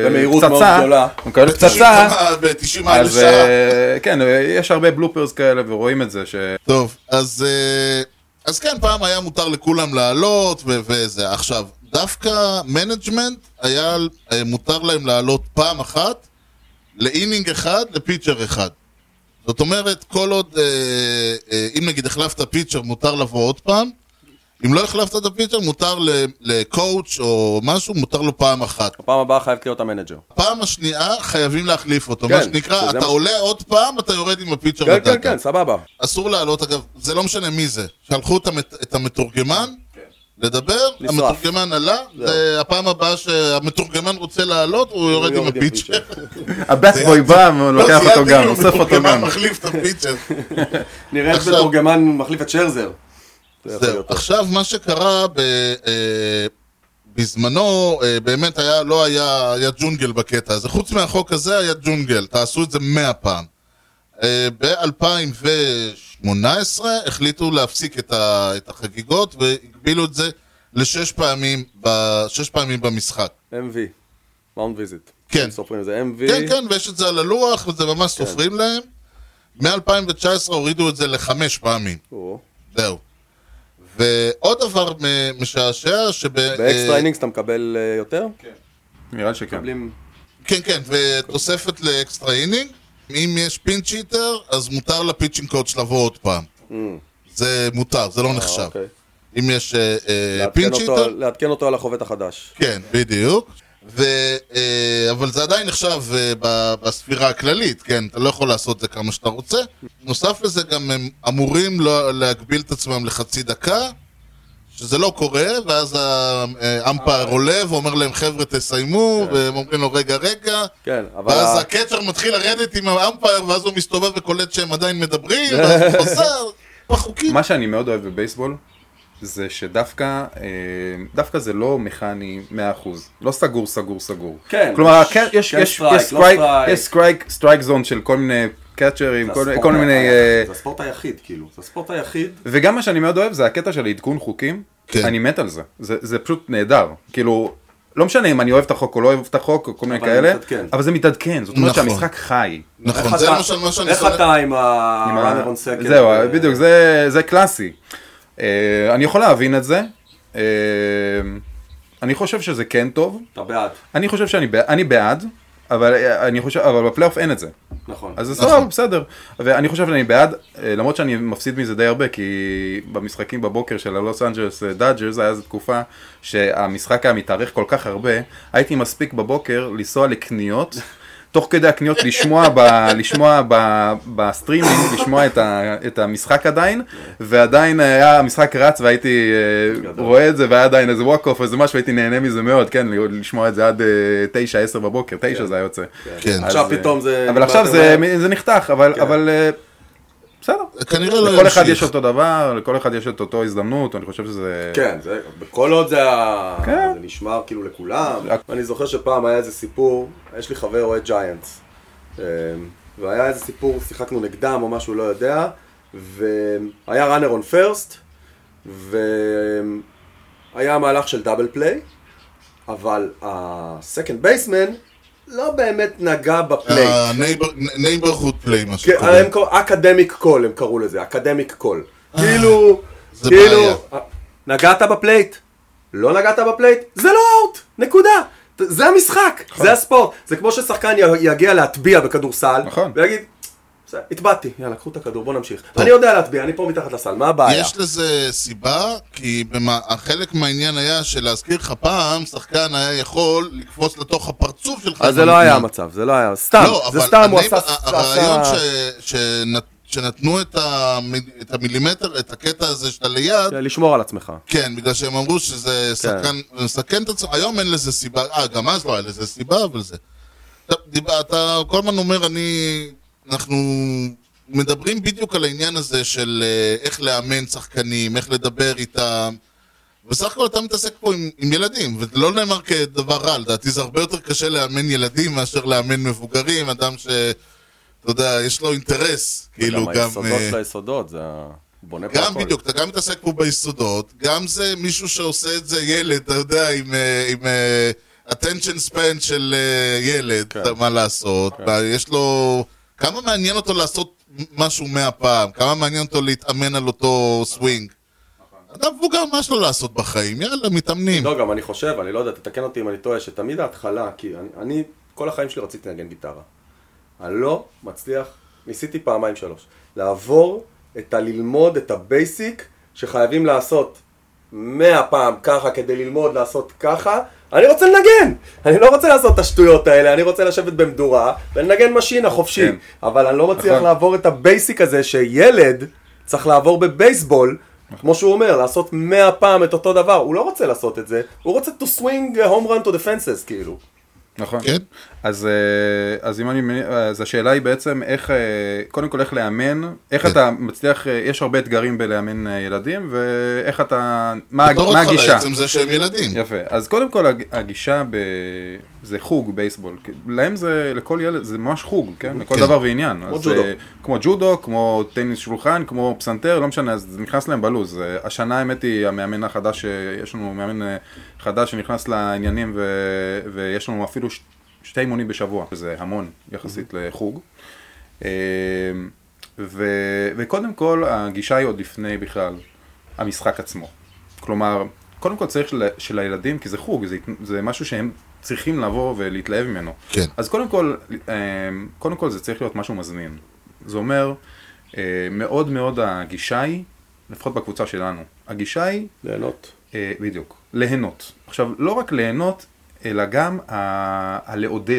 פצצה, ב-90 מייל לשעה. כן, יש הרבה בלופרס כאלה, ורואים את זה. טוב, אז כן, פעם היה מותר לכולם לעלות, וזה. עכשיו, דווקא מנג'מנט היה מותר להם לעלות פעם אחת, לאינינג אחד, לפיצ'ר אחד. זאת אומרת, כל עוד, אם נגיד החלפת פיצ'ר, מותר לבוא עוד פעם. אם לא החלפת את הפיצ'ר, מותר לקואוץ' או משהו, מותר לו פעם אחת. הפעם הבאה חייב להיות המנג'ר. פעם השנייה חייבים להחליף אותו. מה שנקרא, אתה עולה עוד פעם, אתה יורד עם הפיצ'ר לדקה. כן, סבבה. אסור לעלות, אגב, זה לא משנה מי זה. שלחו את המתורגמן לדבר, המתורגמן עלה, הפעם הבאה שהמתורגמן רוצה לעלות, הוא יורד עם הפיצ'ר. הבטבוי בא, הוא לוקח אותו גם, אוסף אותו גם. מחליף את הפיצ'ר. נראה איך מתורגמן מחליף את שרזר. זהו, עכשיו מה שקרה בזמנו, באמת היה ג'ונגל בקטע הזה. חוץ מהחוק הזה היה ג'ונגל, תעשו את זה 100 פעם. ב-2018 החליטו להפסיק את החגיגות והגבילו את זה ל6 פעמים במשחק. MV, Mount Visit. כן. סופרים את זה MV. כן, כן, ויש את זה על הלוח וזה ממש סופרים להם. מ-2019 הורידו את זה ל5 פעמים. זהו. ועוד דבר משעשע באקסטרה אינינגס אתה מקבל יותר? כן. נראה שכן. כן, כן, ותוספת לאקסטרה אינינג. אם יש פינצ'יטר, אז מותר לפיצ'ינג קואץ' לבוא עוד פעם. זה מותר, זה לא נחשב. אם יש פינצ'יטר... לעדכן אותו על החובט החדש. כן, בדיוק. אבל זה עדיין נחשב בספירה הכללית, כן? אתה לא יכול לעשות את זה כמה שאתה רוצה. נוסף לזה גם הם אמורים להגביל את עצמם לחצי דקה, שזה לא קורה, ואז האמפייר עולה ואומר להם חבר'ה תסיימו, והם אומרים לו רגע, ואז הקצ'ר מתחיל לרדת עם האמפייר, ואז הוא מסתובב וקולט שהם עדיין מדברים, ואז הוא חוזר, בחוקים. מה שאני מאוד אוהב בבייסבול, זה שדווקא זה לא מכני 100%, לא סגור. כן. כלומר, יש סטרייק זון של כל מיני קאצ'רים, כל מיני... זה הספורט היחיד, כאילו. זה הספורט היחיד. וגם מה שאני מאוד אוהב זה הקטע של עדכון חוקים. אני מת על זה. זה פשוט נהדר. כאילו, לא משנה אם אני אוהב את החוק או לא אוהב את החוק או כל מיני כאלה, אבל זה מתעדכן. זאת אומרת שהמשחק חי. נכון, זה למשל מה שאני... איך אתה עם ה-runner on second? זהו, בדיוק, זה קלאסי. אני יכול להבין את זה. אני חושב שזה כן טוב. אתה בעד. אני חושב שאני בעד, אבל בפלייאוף אין את זה. נכון. אז זה סבבה, בסדר. ואני חושב שאני בעד, למרות שאני מפסיד מזה די הרבה, כי במשחקים בבוקר של הלוס אנג'לס דאדג'רס, היה איזו תקופה שהמשחק היה מתארך כל כך הרבה, הייתי מספיק בבוקר לנסוע לקניות, תוך כדי הקניות לשמוע בסטרימינג, לשמוע את המשחק עדיין, ועדיין היה המשחק רץ והייתי רואה את זה, והיה עדיין איזה ווק-אוף, איזה משהו, והייתי נהנה מזה מאוד, כן, לשמוע את זה עד 9-10 בבוקר, 9 זה היה יוצא. עכשיו פתאום זה... אבל עכשיו זה נחתך, אבל... בסדר. כנראה לא לכל אחד יש אותו דבר, לכל אחד יש את אותו הזדמנות, אני חושב שזה... כן, בכל עוד זה נשמר כאילו לכולם. אני זוכר שפעם היה איזה סיפור, יש לי חבר אוהד ג'יינטס, והיה איזה סיפור, שיחקנו נגדם או משהו לא יודע, והיה runner on first, והיה מהלך של דאבל פליי, אבל ה-second baseman לא באמת נגע בפליי. נייברהוד פליי, מה שקוראים. אקדמיק קול, הם קראו לזה, אקדמיק קול. כאילו, נגעת בפלייט, לא נגעת בפלייט, זה לא אאוט, נקודה. זה המשחק, זה הספורט. זה כמו ששחקן יגיע להטביע בכדורסל, ויגיד, התבעתי, יאללה, קחו את הכדור, בוא נמשיך. אני יודע להטביע, אני פה מתחת לסל, מה הבעיה? יש לזה סיבה, כי החלק מהעניין היה שלהזכיר לך פעם, שחקן היה יכול לקפוץ לתוך הפרצוף שלך. אז זה לא היה המצב, זה לא היה, סתם, זה סתם, הוא עשה... הרעיון שנתנו את המילימטר, את הקטע הזה שאתה ליד... לשמור על עצמך. כן, בגלל שהם אמרו שזה שחקן, מסכן את עצמך, היום אין לזה סיבה, גם אז לא היה לזה סיבה, אבל זה... אתה כל הזמן אומר, אנחנו מדברים בדיוק על העניין הזה של איך לאמן שחקנים, איך לדבר איתם. בסך הכל אתה מתעסק פה עם ילדים, ולא נאמר כדבר רע, לדעתי זה הרבה יותר קשה לאמן ילדים מאשר לאמן מבוגרים, אדם שאתה יודע, יש לו אינטרס, כאילו גם... היסודות של היסודות, זה בונה פה גם בדיוק, אתה גם מתעסק פה ביסודות, גם זה מישהו שעושה את זה ילד, אתה יודע, עם attention span של ילד, מה לעשות, יש לו... כמה מעניין אותו לעשות משהו 100 פעם? כמה מעניין אותו להתאמן על אותו סווינג? אדם מבוגר, מה יש לו לעשות בחיים? יאללה, מתאמנים. לא, גם אני חושב, אני לא יודע, תתקן אותי אם אני טועה, שתמיד ההתחלה, כי אני כל החיים שלי רציתי לנגן גיטרה. אני לא מצליח, ניסיתי 2-3, לעבור ללמוד את הבייסיק שחייבים לעשות 100 פעם ככה כדי ללמוד לעשות ככה. אני רוצה לנגן, אני לא רוצה לעשות את השטויות האלה, אני רוצה לשבת במדורה ולנגן משינה חופשי, אבל אני לא מצליח לעבור את הבייסיק הזה שילד צריך לעבור בבייסבול, כמו שהוא אומר, לעשות 100 פעם את אותו דבר, הוא לא רוצה לעשות את זה, הוא רוצה to swing home run to the fences, כאילו. נכון. כן? אז אם אז השאלה היא בעצם איך, קודם כל איך לאמן, איך אתה מצליח, יש הרבה אתגרים בלאמן ילדים, ואיך אתה, מה הגישה? עצם זה שהם ילדים. יפה, אז קודם כל הגישה זה חוג בייסבול, להם זה, לכל ילד, זה ממש חוג, כן? לכל דבר ועניין. כמו ג'ודו. כמו ג'ודו, כמו טניס שולחן, כמו פסנתר, לא משנה, אז זה נכנס להם בלוז. השנה האמת היא המאמן החדש, יש לנו מאמן חדש שנכנס לעניינים, ויש לנו אפילו 2 אימונים בשבוע, שזה המון יחסית לחוג. וקודם כל, הגישה היא עוד לפני בכלל המשחק עצמו. כלומר, קודם כל צריך של הילדים, כי זה חוג, זה משהו שהם צריכים לבוא ולהתלהב ממנו. כן. אז קודם כל זה צריך להיות משהו מזמין. זה אומר, מאוד מאוד הגישה היא, לפחות בקבוצה שלנו, הגישה היא... ליהנות. בדיוק, ליהנות. עכשיו, לא רק ליהנות, אלא גם הלעודד.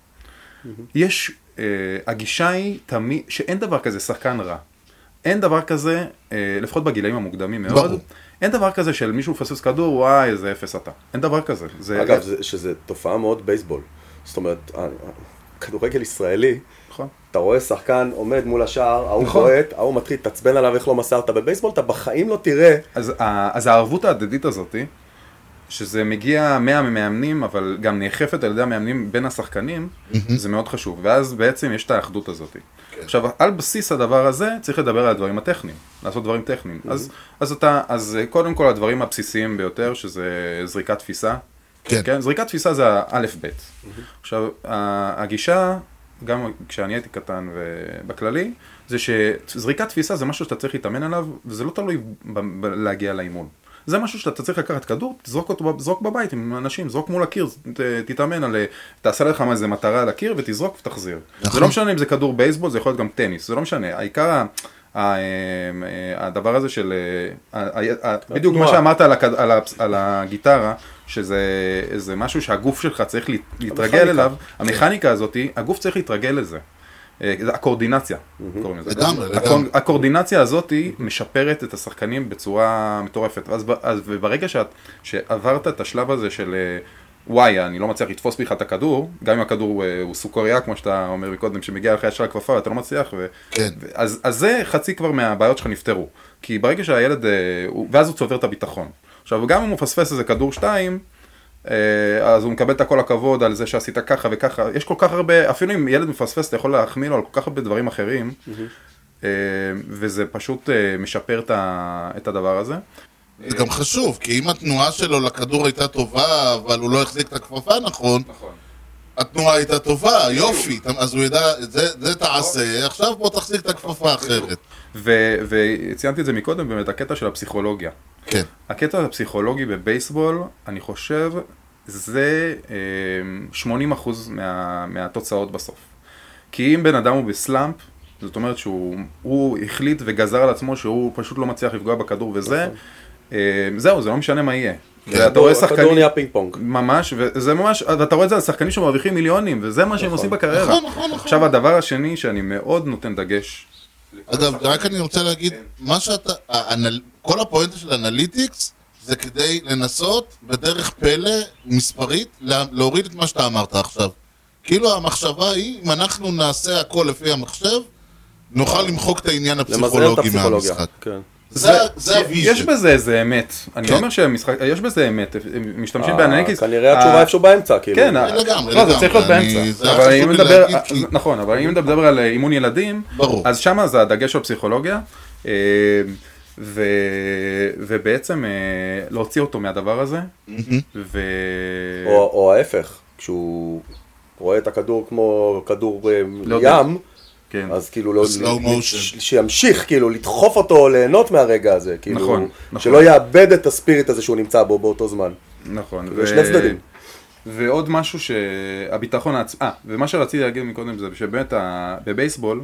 יש, הגישה היא תמיד, שאין דבר כזה שחקן רע. אין דבר כזה, לפחות בגילאים המוקדמים מאוד, אין דבר כזה של מישהו פסוס כדור, וואי, איזה אפס אתה. אין דבר כזה. אגב, שזה תופעה מאוד בייסבול. זאת אומרת, כדורגל ישראלי, אתה רואה שחקן עומד מול השער, ההוא בועט, ההוא מתחיל תצבן עליו איך לא מסרת בבייסבול, אתה בחיים לא תראה. אז הערבות ההדדית הזאת, שזה מגיע מהמאמנים, אבל גם נאכפת על ידי המאמנים בין השחקנים, זה מאוד חשוב. ואז בעצם יש את האחדות הזאת. עכשיו, על בסיס הדבר הזה, צריך לדבר על הדברים הטכניים, לעשות דברים טכניים. אז קודם כל הדברים הבסיסיים ביותר, שזה זריקת תפיסה. כן, זריקת תפיסה זה האלף-בית. עכשיו, הגישה, גם כשאני הייתי קטן ובכללי, זה שזריקת תפיסה זה משהו שאתה צריך להתאמן עליו, וזה לא תלוי להגיע לאימון. זה משהו שאתה צריך לקחת כדור, תזרוק בבית עם אנשים, זרוק מול הקיר, תתאמן על, תעשה לך איזה מטרה על הקיר ותזרוק ותחזיר. זה לא משנה אם זה כדור בייסבול, זה יכול להיות גם טניס, זה לא משנה. העיקר הדבר הזה של, בדיוק מה שאמרת על הגיטרה, שזה משהו שהגוף שלך צריך להתרגל אליו, המכניקה הזאת, הגוף צריך להתרגל לזה. הקורדינציה, קוראים לזה. הקורדינציה הזאת משפרת את השחקנים בצורה מטורפת. וברגע שעברת את השלב הזה של וואי, אני לא מצליח לתפוס בכלל את הכדור, גם אם הכדור הוא סוכריה, כמו שאתה אומר מקודם, שמגיע לך ישר לכפפה ואתה לא מצליח, אז זה חצי כבר מהבעיות שלך נפטרו. כי ברגע שהילד, ואז הוא צובר את הביטחון. עכשיו, גם אם הוא פספס איזה כדור 2, אז הוא מקבל את כל הכבוד על זה שעשית ככה וככה. יש כל כך הרבה, אפילו אם ילד מפספס, אתה יכול להחמיא לו על כל כך הרבה דברים אחרים, וזה פשוט משפר את הדבר הזה. זה גם חשוב, כי אם התנועה שלו לכדור הייתה טובה, אבל הוא לא החזיק את הכפפה נכון, התנועה הייתה טובה, יופי, אז הוא ידע, זה תעשה, עכשיו בוא תחזיק את הכפפה אחרת. וציינתי את זה מקודם, באמת, הקטע של הפסיכולוגיה. כן. הקטע הפסיכולוגי בבייסבול, אני חושב, זה 80% מהתוצאות בסוף. כי אם בן אדם הוא בסלאמפ, זאת אומרת שהוא החליט וגזר על עצמו שהוא פשוט לא מצליח לפגוע בכדור וזה, זהו, זה לא משנה מה יהיה. הכדור נהיה פינג פונג. ממש, וזה ממש, ואתה רואה את זה על שחקנים שמרוויחים מיליונים, וזה מה שהם עושים בקריירה. עכשיו, הדבר השני שאני מאוד נותן דגש. אגב, רק אני רוצה להגיד, כל הפואנטה של אנליטיקס, זה כדי לנסות בדרך פלא מספרית, להוריד את מה שאתה אמרת עכשיו. כאילו המחשבה היא, אם אנחנו נעשה הכל לפי המחשב, נוכל למחוק את העניין הפסיכולוגי מהמשחק. זה הוויז'ן. יש בזה איזה אמת. אני לא אומר שהמשחק, יש בזה אמת. משתמשים באנליטיקס. כנראה התשובה איפשהו באמצע, כאילו. כן, לא, זה צריך להיות באמצע. נכון, אבל אם נדבר על אימון ילדים, אז שמה זה הדגש של הפסיכולוגיה. ובעצם להוציא אותו מהדבר הזה. או ההפך, כשהוא רואה את הכדור כמו כדור ים, אז כאילו שימשיך, כאילו לדחוף אותו, ליהנות מהרגע הזה, כאילו שלא יאבד את הספיריט הזה שהוא נמצא בו באותו זמן. נכון. ושני צדדים. ועוד משהו שהביטחון ומה שרציתי להגיד מקודם זה שבאמת בבייסבול,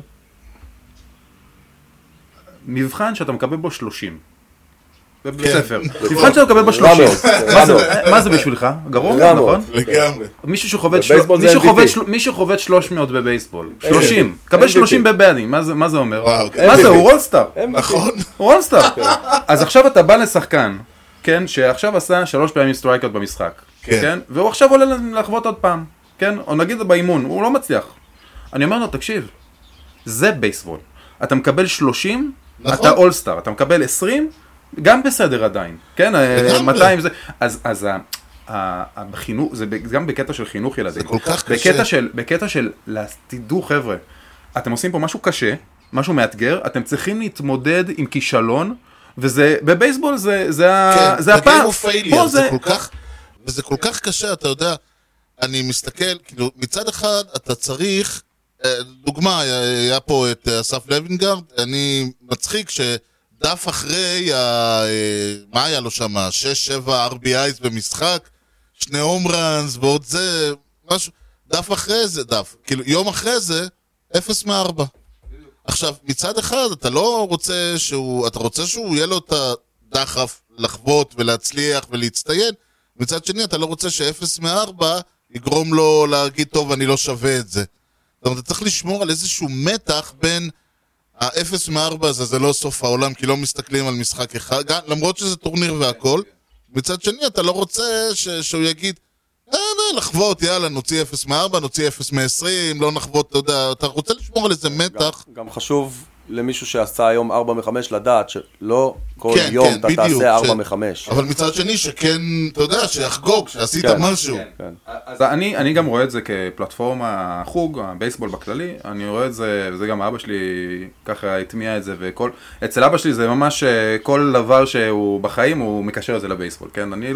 מבחן שאתה מקבל בו 30. בספר. מבחן שאתה מקבל בו 30. מה זה בשבילך? גרוע, נכון? לגמרי. מי שחובט 300 בבייסבול. 30. קבל 30 בבאדינג. מה זה אומר? מה זה? הוא רולסטאר. נכון. הוא רולסטאר. אז עכשיו אתה בא לשחקן, כן, שעכשיו עשה 3 פעמים סטרייקות במשחק. כן? והוא עכשיו עולה לחוות עוד פעם. כן? או נגיד באימון, הוא לא מצליח. אני אומר לו, תקשיב, זה בייסבול. אתה מקבל 30, אתה אולסטאר, אתה מקבל 20, גם בסדר עדיין, כן? 200 זה... אז בחינוך, זה גם בקטע של חינוך ילדים. זה כל כך קשה. בקטע של, תדעו חבר'ה, אתם עושים פה משהו קשה, משהו מאתגר, אתם צריכים להתמודד עם כישלון, וזה, בבייסבול זה הפעם. וזה כל כך קשה, אתה יודע, אני מסתכל, כאילו, מצד אחד אתה צריך, דוגמה, היה פה את אסף לוינגרד, אני מצחיק שדף אחרי, מה היה לו שם, 6-7 RBIs במשחק, 2 הום ראנס ועוד זה, משהו, דף אחרי זה, כאילו, יום אחרי זה, 0-4. עכשיו, מצד אחד, אתה לא רוצה אתה רוצה שהוא יהיה לו את הדחף לחוות ולהצליח ולהצטיין, מצד שני, אתה לא רוצה ש0-4 יגרום לו להגיד, טוב, אני לא שווה את זה. זאת אומרת, אתה צריך לשמור על איזשהו מתח בין ה0-4 הזה, זה לא סוף העולם, כי לא מסתכלים על משחק אחד, למרות שזה טורניר והכל. מצד שני, אתה לא רוצה שהוא יגיד, לחוות, יאללה, נוציא 0-4, נוציא 0-20, לא נחוות, אתה יודע, אתה רוצה לשמור על איזה מתח. גם חשוב למישהו שעשה היום 4-5 לדעת שלא כל יום אתה תעשה 4-5. אבל מצד שני שכן, אתה יודע, שיחגוג, שעשית משהו. אז אני גם רואה את זה כפלטפורמה, חוג, הבייסבול בכללי, אני רואה את זה, וזה גם אבא שלי ככה התמיע את זה, אצל אבא שלי זה ממש כל דבר שהוא בחיים, הוא מקשר את זה לבייסבול, כן? אני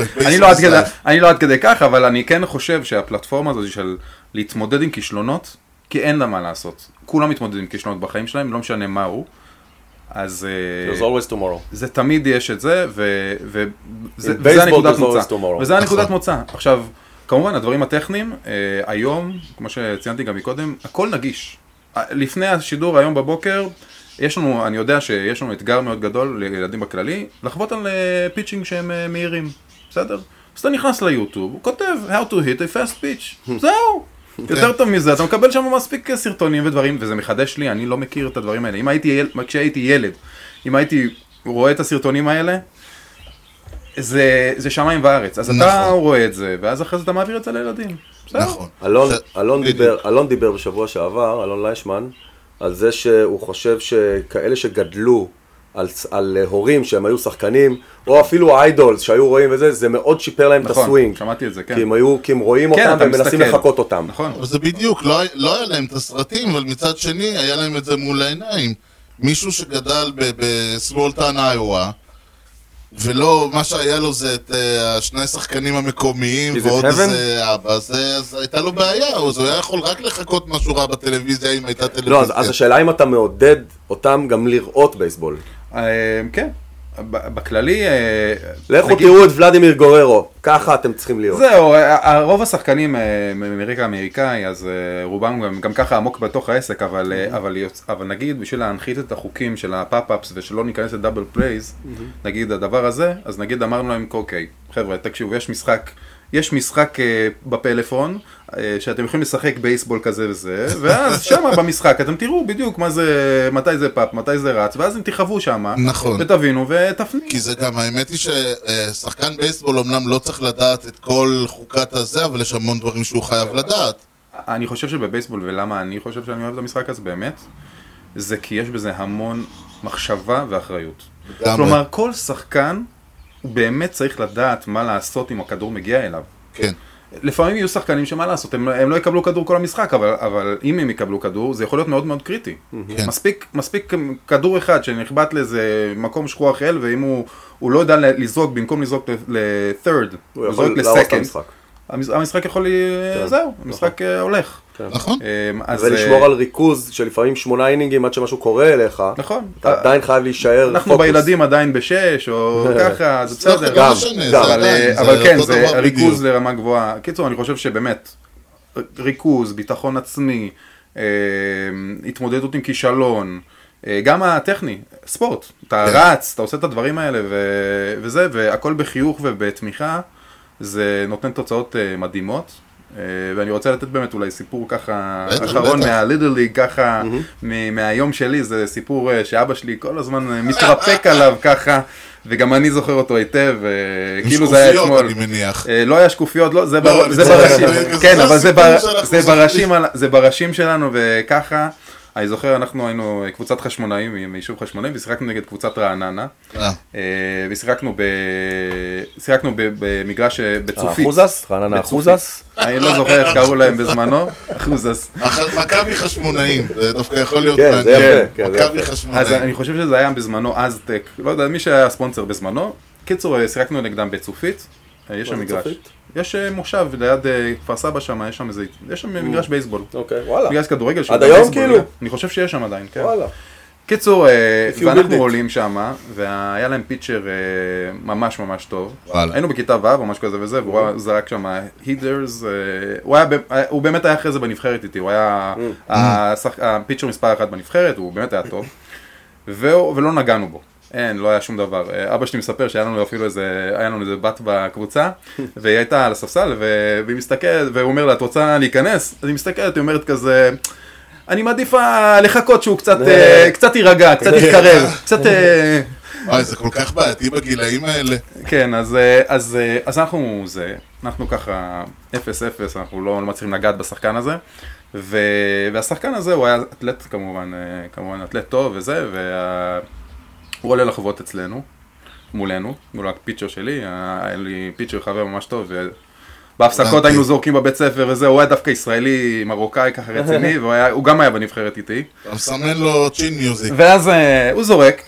לא עד כדי כך, אבל אני כן חושב שהפלטפורמה הזאת של להתמודד עם כישלונות, כי אין לה מה לעשות. כולם מתמודדים עם כישלונות בחיים שלהם, לא משנה מה הוא. אז... There's always tomorrow. זה תמיד יש את זה, וזה הנקודת מוצא. וזה הנקודת מוצא. עכשיו, כמובן, הדברים הטכניים, היום, כמו שציינתי גם מקודם, הכל נגיש. לפני השידור, היום בבוקר, אני יודע שיש לנו אתגר מאוד גדול לילדים בכללי, לחוות על פיצ'ינג שהם מהירים. בסדר? אז אתה נכנס ליוטיוב, הוא כותב, how to hit a fast pitch. זהו. יותר טוב מזה, אתה מקבל שם מספיק סרטונים ודברים, וזה מחדש לי, אני לא מכיר את הדברים האלה. כשהייתי ילד, אם הייתי רואה את הסרטונים האלה, זה שמיים וארץ. אז אתה רואה את זה, ואז אחרי זה אתה מעביר את זה לילדים. נכון. אלון דיבר בשבוע שעבר, אלון ליישמן, על זה שהוא חושב שכאלה שגדלו על הורים שהם היו שחקנים, או אפילו האיידולס שהיו רואים וזה, זה מאוד שיפר להם את הסווינג. נכון, שמעתי את זה, כן. כי הם רואים אותם והם מנסים לחקות אותם. נכון. אבל זה בדיוק, לא היה להם את הסרטים, אבל מצד שני היה להם את זה מול העיניים. מישהו שגדל בסמולטן איואה, ולא, מה שהיה לו זה את שני השחקנים המקומיים, ועוד איזה אבא, אז הייתה לו בעיה, אז הוא היה יכול רק לחכות משהו רע בטלוויזיה, אם הייתה טלוויזיה. לא, אז השאלה אם אתה מעודד אותם גם לראות בייסבול. כן, בכללי... לכו תראו את ולדימיר גוררו, ככה אתם צריכים להיות. זהו, רוב השחקנים מאמריקה האמריקאי, אז רובם גם ככה עמוק בתוך העסק, אבל נגיד בשביל להנחית את החוקים של הפאפ-אפס ושלא ניכנס לדאבל פלייז, נגיד הדבר הזה, אז נגיד אמרנו להם, אוקיי, חבר'ה, תקשיבו, יש משחק בפלאפון, שאתם יכולים לשחק בייסבול כזה וזה, ואז שמה במשחק אתם תראו בדיוק מתי זה פאפ, מתי זה רץ, ואז הם תחוו שמה, נכון. ותבינו ותפנים. כי זה גם, האמת היא ששחקן בייסבול אמנם לא צריך לדעת את כל חוקת הזה, אבל יש המון דברים שהוא חייב לדעת. אני חושב שבבייסבול, ולמה אני חושב שאני אוהב את המשחק הזה באמת, זה כי יש בזה המון מחשבה ואחריות. כלומר, כל שחקן הוא באמת צריך לדעת מה לעשות אם הכדור מגיע אליו. כן. לפעמים יהיו שחקנים שמה לעשות, הם לא יקבלו כדור כל המשחק, אבל אם הם יקבלו כדור, זה יכול להיות מאוד מאוד קריטי. מספיק כדור אחד שנחבט לאיזה מקום שכוח אל, ואם הוא לא יודע לזרוק, במקום לזרוק ל-third, הוא זרוק ל-second, המשחק יכול זהו, המשחק הולך. נכון. ולשמור על ריכוז שלפעמים 8 אינינגים עד שמשהו קורה אליך. נכון. אתה עדיין חייב להישאר פוקוס. אנחנו בילדים עדיין ב6 או ככה, זה בסדר. אבל כן, זה ריכוז לרמה גבוהה. קיצור, אני חושב שבאמת, ריכוז, ביטחון עצמי, התמודדות עם כישלון, גם הטכני, ספורט. אתה רץ, אתה עושה את הדברים האלה וזה, והכל בחיוך ובתמיכה, זה נותן תוצאות מדהימות. ואני רוצה לתת באמת אולי סיפור ככה, אחרון מהלידל ליג, ככה, מהיום שלי, זה סיפור שאבא שלי כל הזמן מתרפק עליו ככה, וגם אני זוכר אותו היטב, כאילו זה היה אתמול. אני מניח. לא היה שקופיות, לא, זה בראשים, כן, אבל זה בראשים שלנו, וככה, אני זוכר, אנחנו היינו קבוצת חשמונאים, מיישוב חשמונאים, ושיחקנו נגד קבוצת רעננה, ושיחקנו במגרש בצופית. אחוזס? רעננה אחוזס? אני לא זוכר איך קראו להם בזמנו, אחוזס. מכבי חשמונאים, זה דווקא יכול להיות כן, זה יפה. מכבי חשמונאים. אז אני חושב שזה היה בזמנו אזטק, לא יודע, מי שהיה הספונסר בזמנו. קיצור, שיחקנו נגדם בצופית, יש שם מגרש. יש מושב ליד כפר סבא שם, יש שם מגרש בייסבול. אוקיי, וואלה. מגרש כדורגל. עד היום כאילו? אני חושב שיש שם עדיין, כן. וואלה. קיצור, ואנחנו עולים שם, והיה להם פיצ'ר ממש ממש טוב. היינו בכיתה ו' או משהו כזה וזה, והוא זרק שם הידרס, הוא באמת היה אחרי זה בנבחרת איתי, הוא היה הפיצ'ר מספר 1 בנבחרת, הוא באמת היה טוב, ולא נגענו בו. אין, לא היה שום דבר. אבא שלי מספר שהיה לנו אפילו היה לנו איזה בת בקבוצה, והיא הייתה על הספסל, והיא מסתכלת, והוא אומר לה, את רוצה להיכנס? אז היא מסתכלת, היא אומרת כזה, אני מעדיפה לחכות שהוא קצת יירגע, קצת יתקרב, קצת... זה כל כך בעייתי בגילאים האלה. כן, אז אנחנו ככה 0-0, אנחנו לא מצליחים לגעת בשחקן הזה, והשחקן הזה הוא היה אתלט כמובן אתלט טוב וזה, הוא עולה לחוות אצלנו, מולנו, מול הפיצ'ר שלי, היה לי פיצ'ר חבר ממש טוב, בהפסקות היינו זורקים בבית ספר וזה, הוא היה דווקא ישראלי, מרוקאי ככה רציני, והוא גם היה בנבחרת איתי. אתה מסמן לו צ'ין מיוזיק. ואז הוא זורק,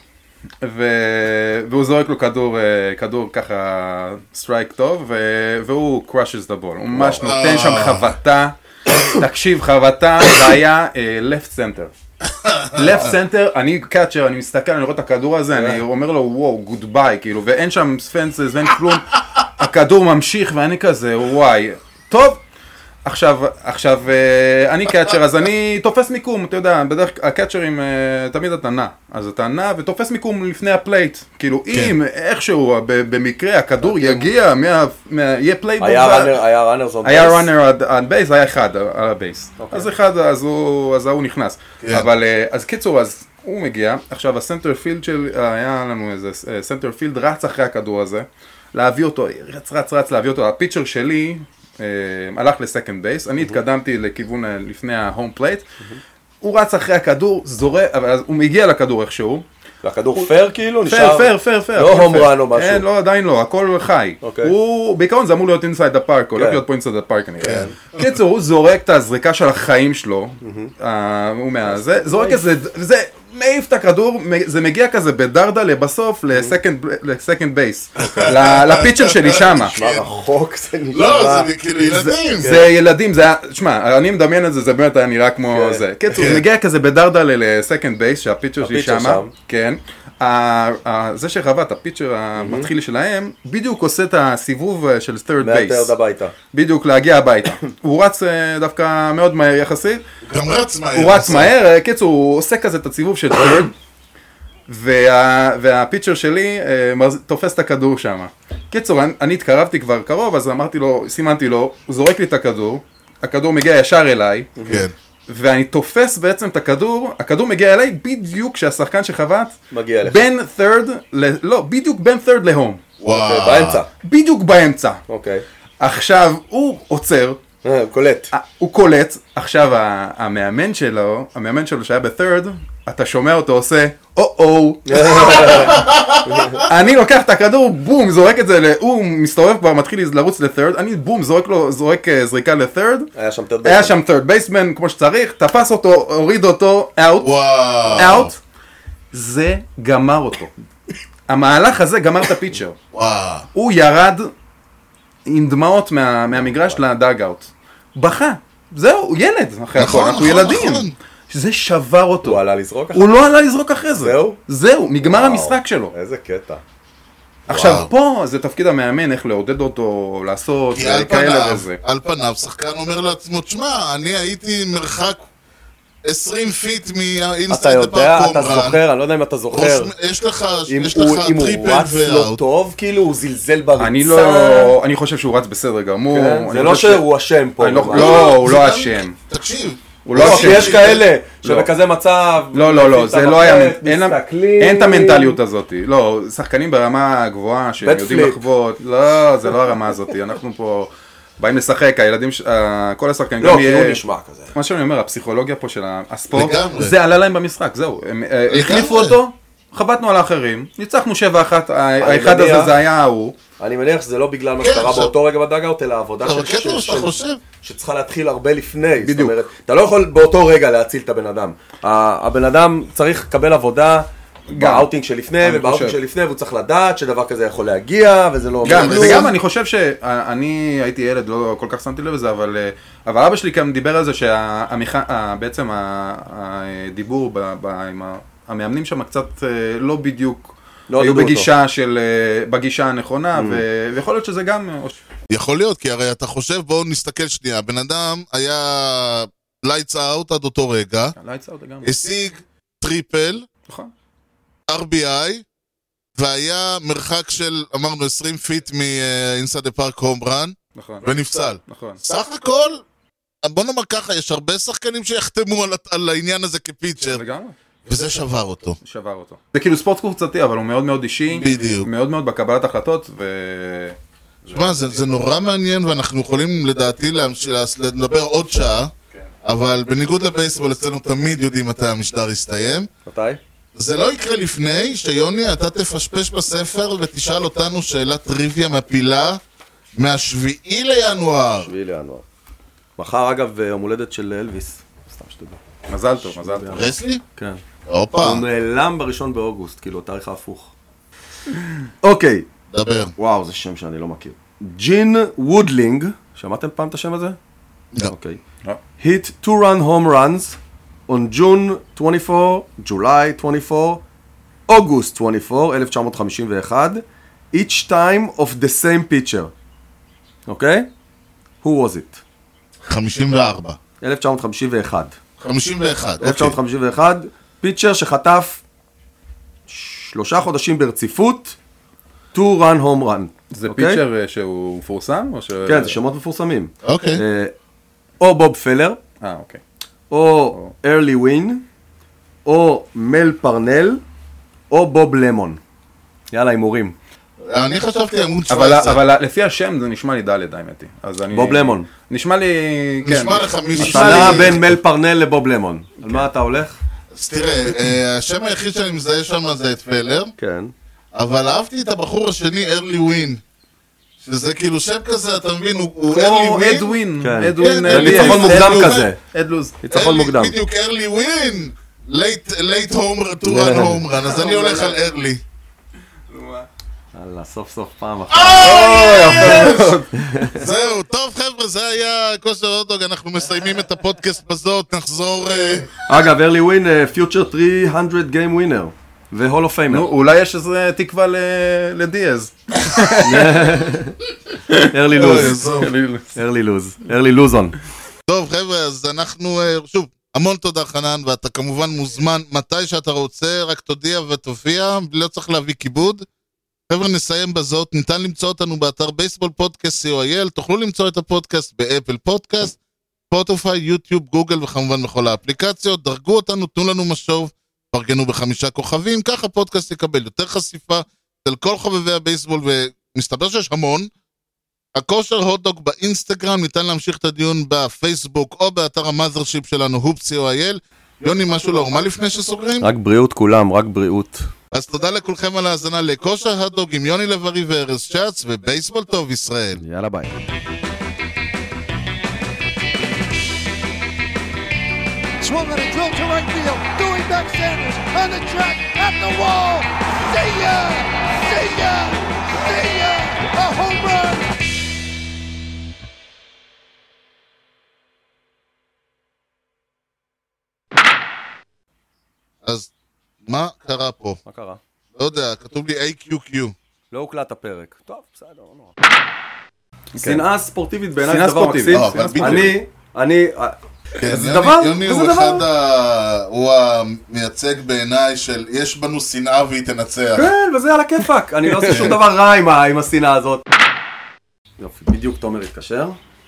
והוא זורק לו כדור ככה סטרייק טוב, והוא crushes the ball, הוא ממש נותן שם חבטה, תקשיב חבטה, זה היה left center. left center, אני קאצ'ר, אני מסתכל, אני רואה את הכדור הזה, אני אומר לו וואו, גוד ביי, כאילו, ואין שם פנסס ואין כלום, הכדור ממשיך ואני כזה, וואי, טוב, עכשיו, אני קאצ'ר, אז אני תופס מיקום, אתה יודע, בדרך כלל הקאצ'רים תמיד אתה נע, אז אתה נע ותופס מיקום לפני הפלייט, כאילו אם איכשהו במקרה הכדור יגיע, יהיה פלייט, היה ראנר on base? היה ראנר on base, היה אחד על הבייס, אז אחד, אז הוא נכנס, אבל, אז קיצור, אז הוא מגיע, עכשיו הסנטר פילד היה לנו איזה סנטר פילד רץ אחרי הכדור הזה, להביא אותו, רץ להביא אותו, הפיצ'ר שלי, הלך לסקנד בייס, אני התקדמתי לכיוון לפני ההום פלייט, הוא רץ אחרי הכדור, הוא מגיע לכדור איכשהו. והכדור פייר כאילו? פייר. לא הום רן או משהו? אין, לא, עדיין לא, הכל חי. בעיקרון זה אמור להיות אינסייד הפארק, הולך להיות פה אינסייד הפארק כנראה. קיצור, הוא זורק את הזריקה של החיים שלו, זורק איזה, זה מעיף את הכדור, זה מגיע כזה בדרדה לבסוף לסקנד בייס, לפיצ'ר שלי שמה. מה רחוק זה נשמע? לא, זה כאילו ילדים. זה ילדים, זה היה, שמע, אני מדמיין את זה, זה באמת היה נראה כמו זה. קיצור, זה מגיע כזה בדרדה לסקנד בייס, שהפיצ'ר שלי שמה. כן. זה שחוות, הפיצ'ר המתחילי שלהם, בדיוק עושה את הסיבוב של third base. מהטרד הביתה. בדיוק, להגיע הביתה. הוא רץ דווקא מאוד מהר יחסית. גם רץ מהר. הוא רץ מהר, קיצור, הוא עושה כזה את הסיבוב של third, והפיצ'ר שלי תופס את הכדור שם. קיצור, אני התקרבתי כבר קרוב, אז אמרתי לו, סימנתי לו, הוא זורק לי את הכדור מגיע ישר אליי. כן. ואני תופס בעצם את הכדור מגיע אליי בדיוק כשהשחקן שחבט מגיע אליך. בדיוק בין third להום. וואו. באמצע. בדיוק באמצע. אוקיי. עכשיו הוא עוצר. הוא קולט. עכשיו המאמן שלו שהיה ב-third, אתה שומע אותו עושה אני לוקח את הכדור, בום, זורק את זה, הוא מסתובב כבר, מתחיל לרוץ ל-third, אני בום, זורק זריקה ל-third, היה שם third baseman כמו שצריך, תפס אותו, הוריד אותו, out, זה גמר אותו. המהלך הזה גמר את הפיצ'ר. הוא ירד עם דמעות מהמגרש לדאג-אוט. בכה, זהו, ילד, אחרי הכל, אנחנו ילדים. שזה שבר אותו. הוא עלה לזרוק אחרי זה? הוא לא עלה לזרוק אחרי זה. זהו? זהו, נגמר המשחק שלו. איזה קטע. עכשיו פה זה תפקיד המאמן, איך לעודד אותו, לעשות כאלה וזה. על פניו, שחקן אומר לעצמו, תשמע, אני הייתי מרחק 20 פיט אתה מאינסטייד יודע, הפארק אתה זוכר, אני לא יודע אם אתה זוכר. יש לך אם הוא טריפל רץ לא ואוט. טוב, כאילו הוא זלזל בריצה. אני חושב שהוא רץ בסדר גמור. זה לא שהוא אשם פה. לא, הוא לא אשם. תקשיב. הוא לא אשם. יש כאלה שבכזה מצב... לא, זה לא היה... מסתכלים. אין את המנטליות הזאת. לא, שחקנים ברמה גבוהה שהם יודעים לחוות. לא, זה לא הרמה הזאת. אנחנו פה... באים לשחק, הילדים, כל השחקנים לא, כאילו נשמע כזה. מה שאני אומר, הפסיכולוגיה פה של הספורט, לגמרי. זה עלה להם במשחק, זהו. הם החליפו אותו, חבטנו על האחרים, ניצחנו 7-1, האחד הזה זה היה ההוא. אני מניח שזה לא בגלל מה שקרה באותו רגע בדאגאוט, אלא העבודה חושב. שצריכה להתחיל הרבה לפני. זאת אומרת, אתה לא יכול באותו רגע להציל את הבן אדם. הבן אדם צריך לקבל עבודה באוטינג שלפני ובאוטינג שלפני, והוא צריך לדעת שדבר כזה יכול להגיע, וזה לא... וגם אני חושב שאני הייתי ילד, לא כל כך שמתי לב לזה, אבל אבא שלי גם דיבר על זה שבעצם הדיבור עם המאמנים שם קצת לא בדיוק היו בגישה הנכונה, ויכול להיות שזה גם... יכול להיות, כי הרי אתה חושב, בואו נסתכל שנייה, בן אדם היה lights out עד אותו רגע, השיג טריפל, RBI, והיה מרחק של, אמרנו, 20 פיט מאינסייד הפארק הום רן, ונפסל. סך הכל, בוא נאמר ככה, יש הרבה שחקנים שיחתמו על העניין הזה כפיצ'ר, וזה שבר אותו. זה כאילו ספורט קבוצתי, אבל הוא מאוד מאוד אישי, בדיוק. מאוד מאוד בקבלת החלטות, שמע, זה נורא מעניין, ואנחנו יכולים לדעתי לדבר עוד שעה, אבל בניגוד לבייסבול, אצלנו תמיד יודעים מתי המשדר יסתיים. מתי? זה לא יקרה לפני שיוני, אתה תפשפש בספר ותשאל אותנו שאלת טריוויה מפילה מה-7 לינואר. 7 לינואר. מחר אגב יום הולדת של אלוויס. סתם שתדע. מזל טוב, מזל טוב. רסלי? כן. הופה. הוא נעלם ב1 באוגוסט, כאילו, תאריך ההפוך. אוקיי. דבר. וואו, זה שם שאני לא מכיר. ג'ין וודלינג, שמעתם פעם את השם הזה? לא. אוקיי. hit 2-run home runs on June 24, July 24, August 24, 1951, each time of the same pitcher. אוקיי? Who was it? 54. 1951. 51, 1951, פיצ'ר שחטף 3 חודשים ברציפות, 2-run home run. זה פיצ'ר שהוא מפורסם? כן, זה שמות מפורסמים. אוקיי. או בוב פלר, אוקיי. או ארלי ווין, או מל פרנל, או בוב למון. יאללה, הימורים. אני חשבתי עמוד 17. אבל לפי השם זה נשמע לי ד' האמת. בוב למון. נשמע לי... נשמע לך מישהו. השנה בין מל פרנל לבוב למון. על מה אתה הולך? אז תראה, השם היחיד שאני מזהה שם זה את פלר. כן. אבל אהבתי את הבחור השני, ארלי ווין. שזה כאילו שם כזה, אתה מבין, הוא כמו ארלי אדווין. כן. זה ניצחון מוקדם כזה. אדלוז. ניצחון מוקדם. בדיוק ארלי ווין. לייט טורן הומרן, אז אני הולך על ארלי. יאללה, סוף סוף פעם אחת. זהו, טוב חבר'ה, זה היה כושר הוטדוג, אנחנו מסיימים את הפודקאסט בזאת, נחזור... אגב, ארלי ווין, פיוטר 300 גיים ווינר, והול אוף פיימר. אולי יש איזה תקווה לדיאז. ארלי לוז. ארלי לוזון. טוב חבר'ה, אז אנחנו, שוב, המון תודה חנן, ואתה כמובן מוזמן מתי שאתה רוצה, רק תודיע ותופיע, לא צריך להביא כיבוד. חבר'ה, נסיים בזאת, ניתן למצוא אותנו באתר בייסבול פודקאסט co.il, תוכלו למצוא את הפודקאסט באפל פודקאסט, ספוטיפיי, יוטיוב, גוגל וכמובן בכל האפליקציות, דרגו אותנו, תנו לנו משוב, פרגנו ב5 כוכבים, ככה הפודקאסט יקבל יותר חשיפה של כל חובבי הבייסבול, ומסתבר שיש המון. הכושר הוטדוג באינסטגרם, ניתן להמשיך את הדיון בפייסבוק או באתר המאזרשיפ שלנו, הופ.co.il. יוני, משהו לא, לפני שסוגרים? רק בריאות כולם, רק בריאות. אז תודה לכולכם על ההאזנה לכושר הוטדוג עם יוני לב-ארי וארז שץ, ובייסבול טוב ישראל. יאללה ביי. Swung on a drill to right field. Doing back Sanders on the track at the wall. See ya! See ya! See ya! A home run! אז מה קרה פה? מה קרה? לא יודע, כתוב לי AQQ. לא הוקלט הפרק. טוב, בסדר, לא נורא. שנאה ספורטיבית בעיניי זה דבר ספורטיבית. מקסים. אני, כן, זה דבר, יוני וזה הוא דבר. אחד הוא המייצג בעיניי של יש בנו שנאה והיא תנצח. כן, וזה על הכיפק. אני לא עושה שום דבר רע עם השנאה הזאת. יופי, בדיוק תומר התקשר.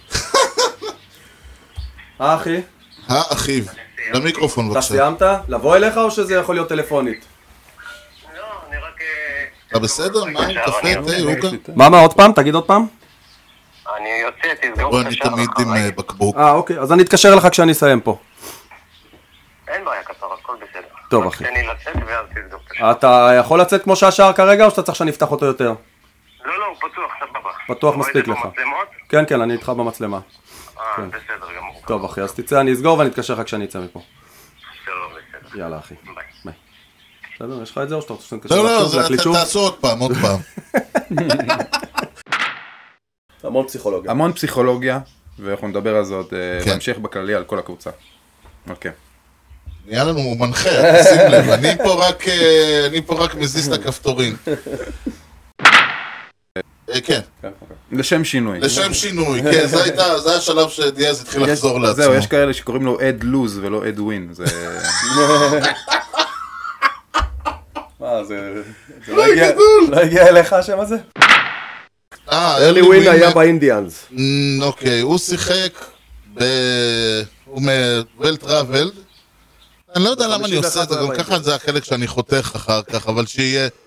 אחי, אחיו, למיקרופון אתה בבקשה. סיימת? לבוא אליך או שזה יכול להיות טלפונית? לא, אני רק... אתה בסדר? מים, קפה, תה, יוגה? מה, עוד פעם? תגיד עוד פעם. אני יוצא, תסגור בוא, את אני השער תמיד עם אחריי. בקבוק. אוקיי, אז אני אתקשר לך כשאני אסיים פה. אין בעיה כפרה, הכל בסדר. טוב, רק אחי. תן לי לצאת ואז תסגור את השער. אתה יכול לצאת כמו שהשער כרגע או שאתה צריך שאני אפתח אותו יותר? לא, הוא פתוח, סבבה. פתוח רואה מספיק את זה לך. במצלמות? כן, כן, אני איתך במצלמה. בסדר גמור. טוב אחי, אז תצא, אני אסגור ואני אתקשר לך כשאני אצא מפה. שלום, בסדר. יאללה אחי, ביי. ביי. בסדר, יש לך את זה או שאתה רוצה שנתקשר לא, לך שוב להקליט שוב? תעשו עוד פעם. המון פסיכולוגיה. המון פסיכולוגיה, ואנחנו נדבר על זה עוד כן. בהמשך בכללי על כל הקבוצה. אוקיי. נהיה לנו מנחה, שים לב, אני פה רק מזיז את הכפתורים. כן, לשם שינוי. לשם שינוי, כן, זה השלב שדיאז התחיל לחזור לעצמו. זהו, יש כאלה שקוראים לו אד לוז ולא אד ווין. זה... מה, זה לא הגיע אליך השם הזה? ארלי ווין ווין היה באינדיאנס. אוקיי, הוא שיחק הוא מ-well traveled. אני לא יודע למה אני עושה את זה, גם ככה זה החלק שאני חותך אחר כך, אבל שיהיה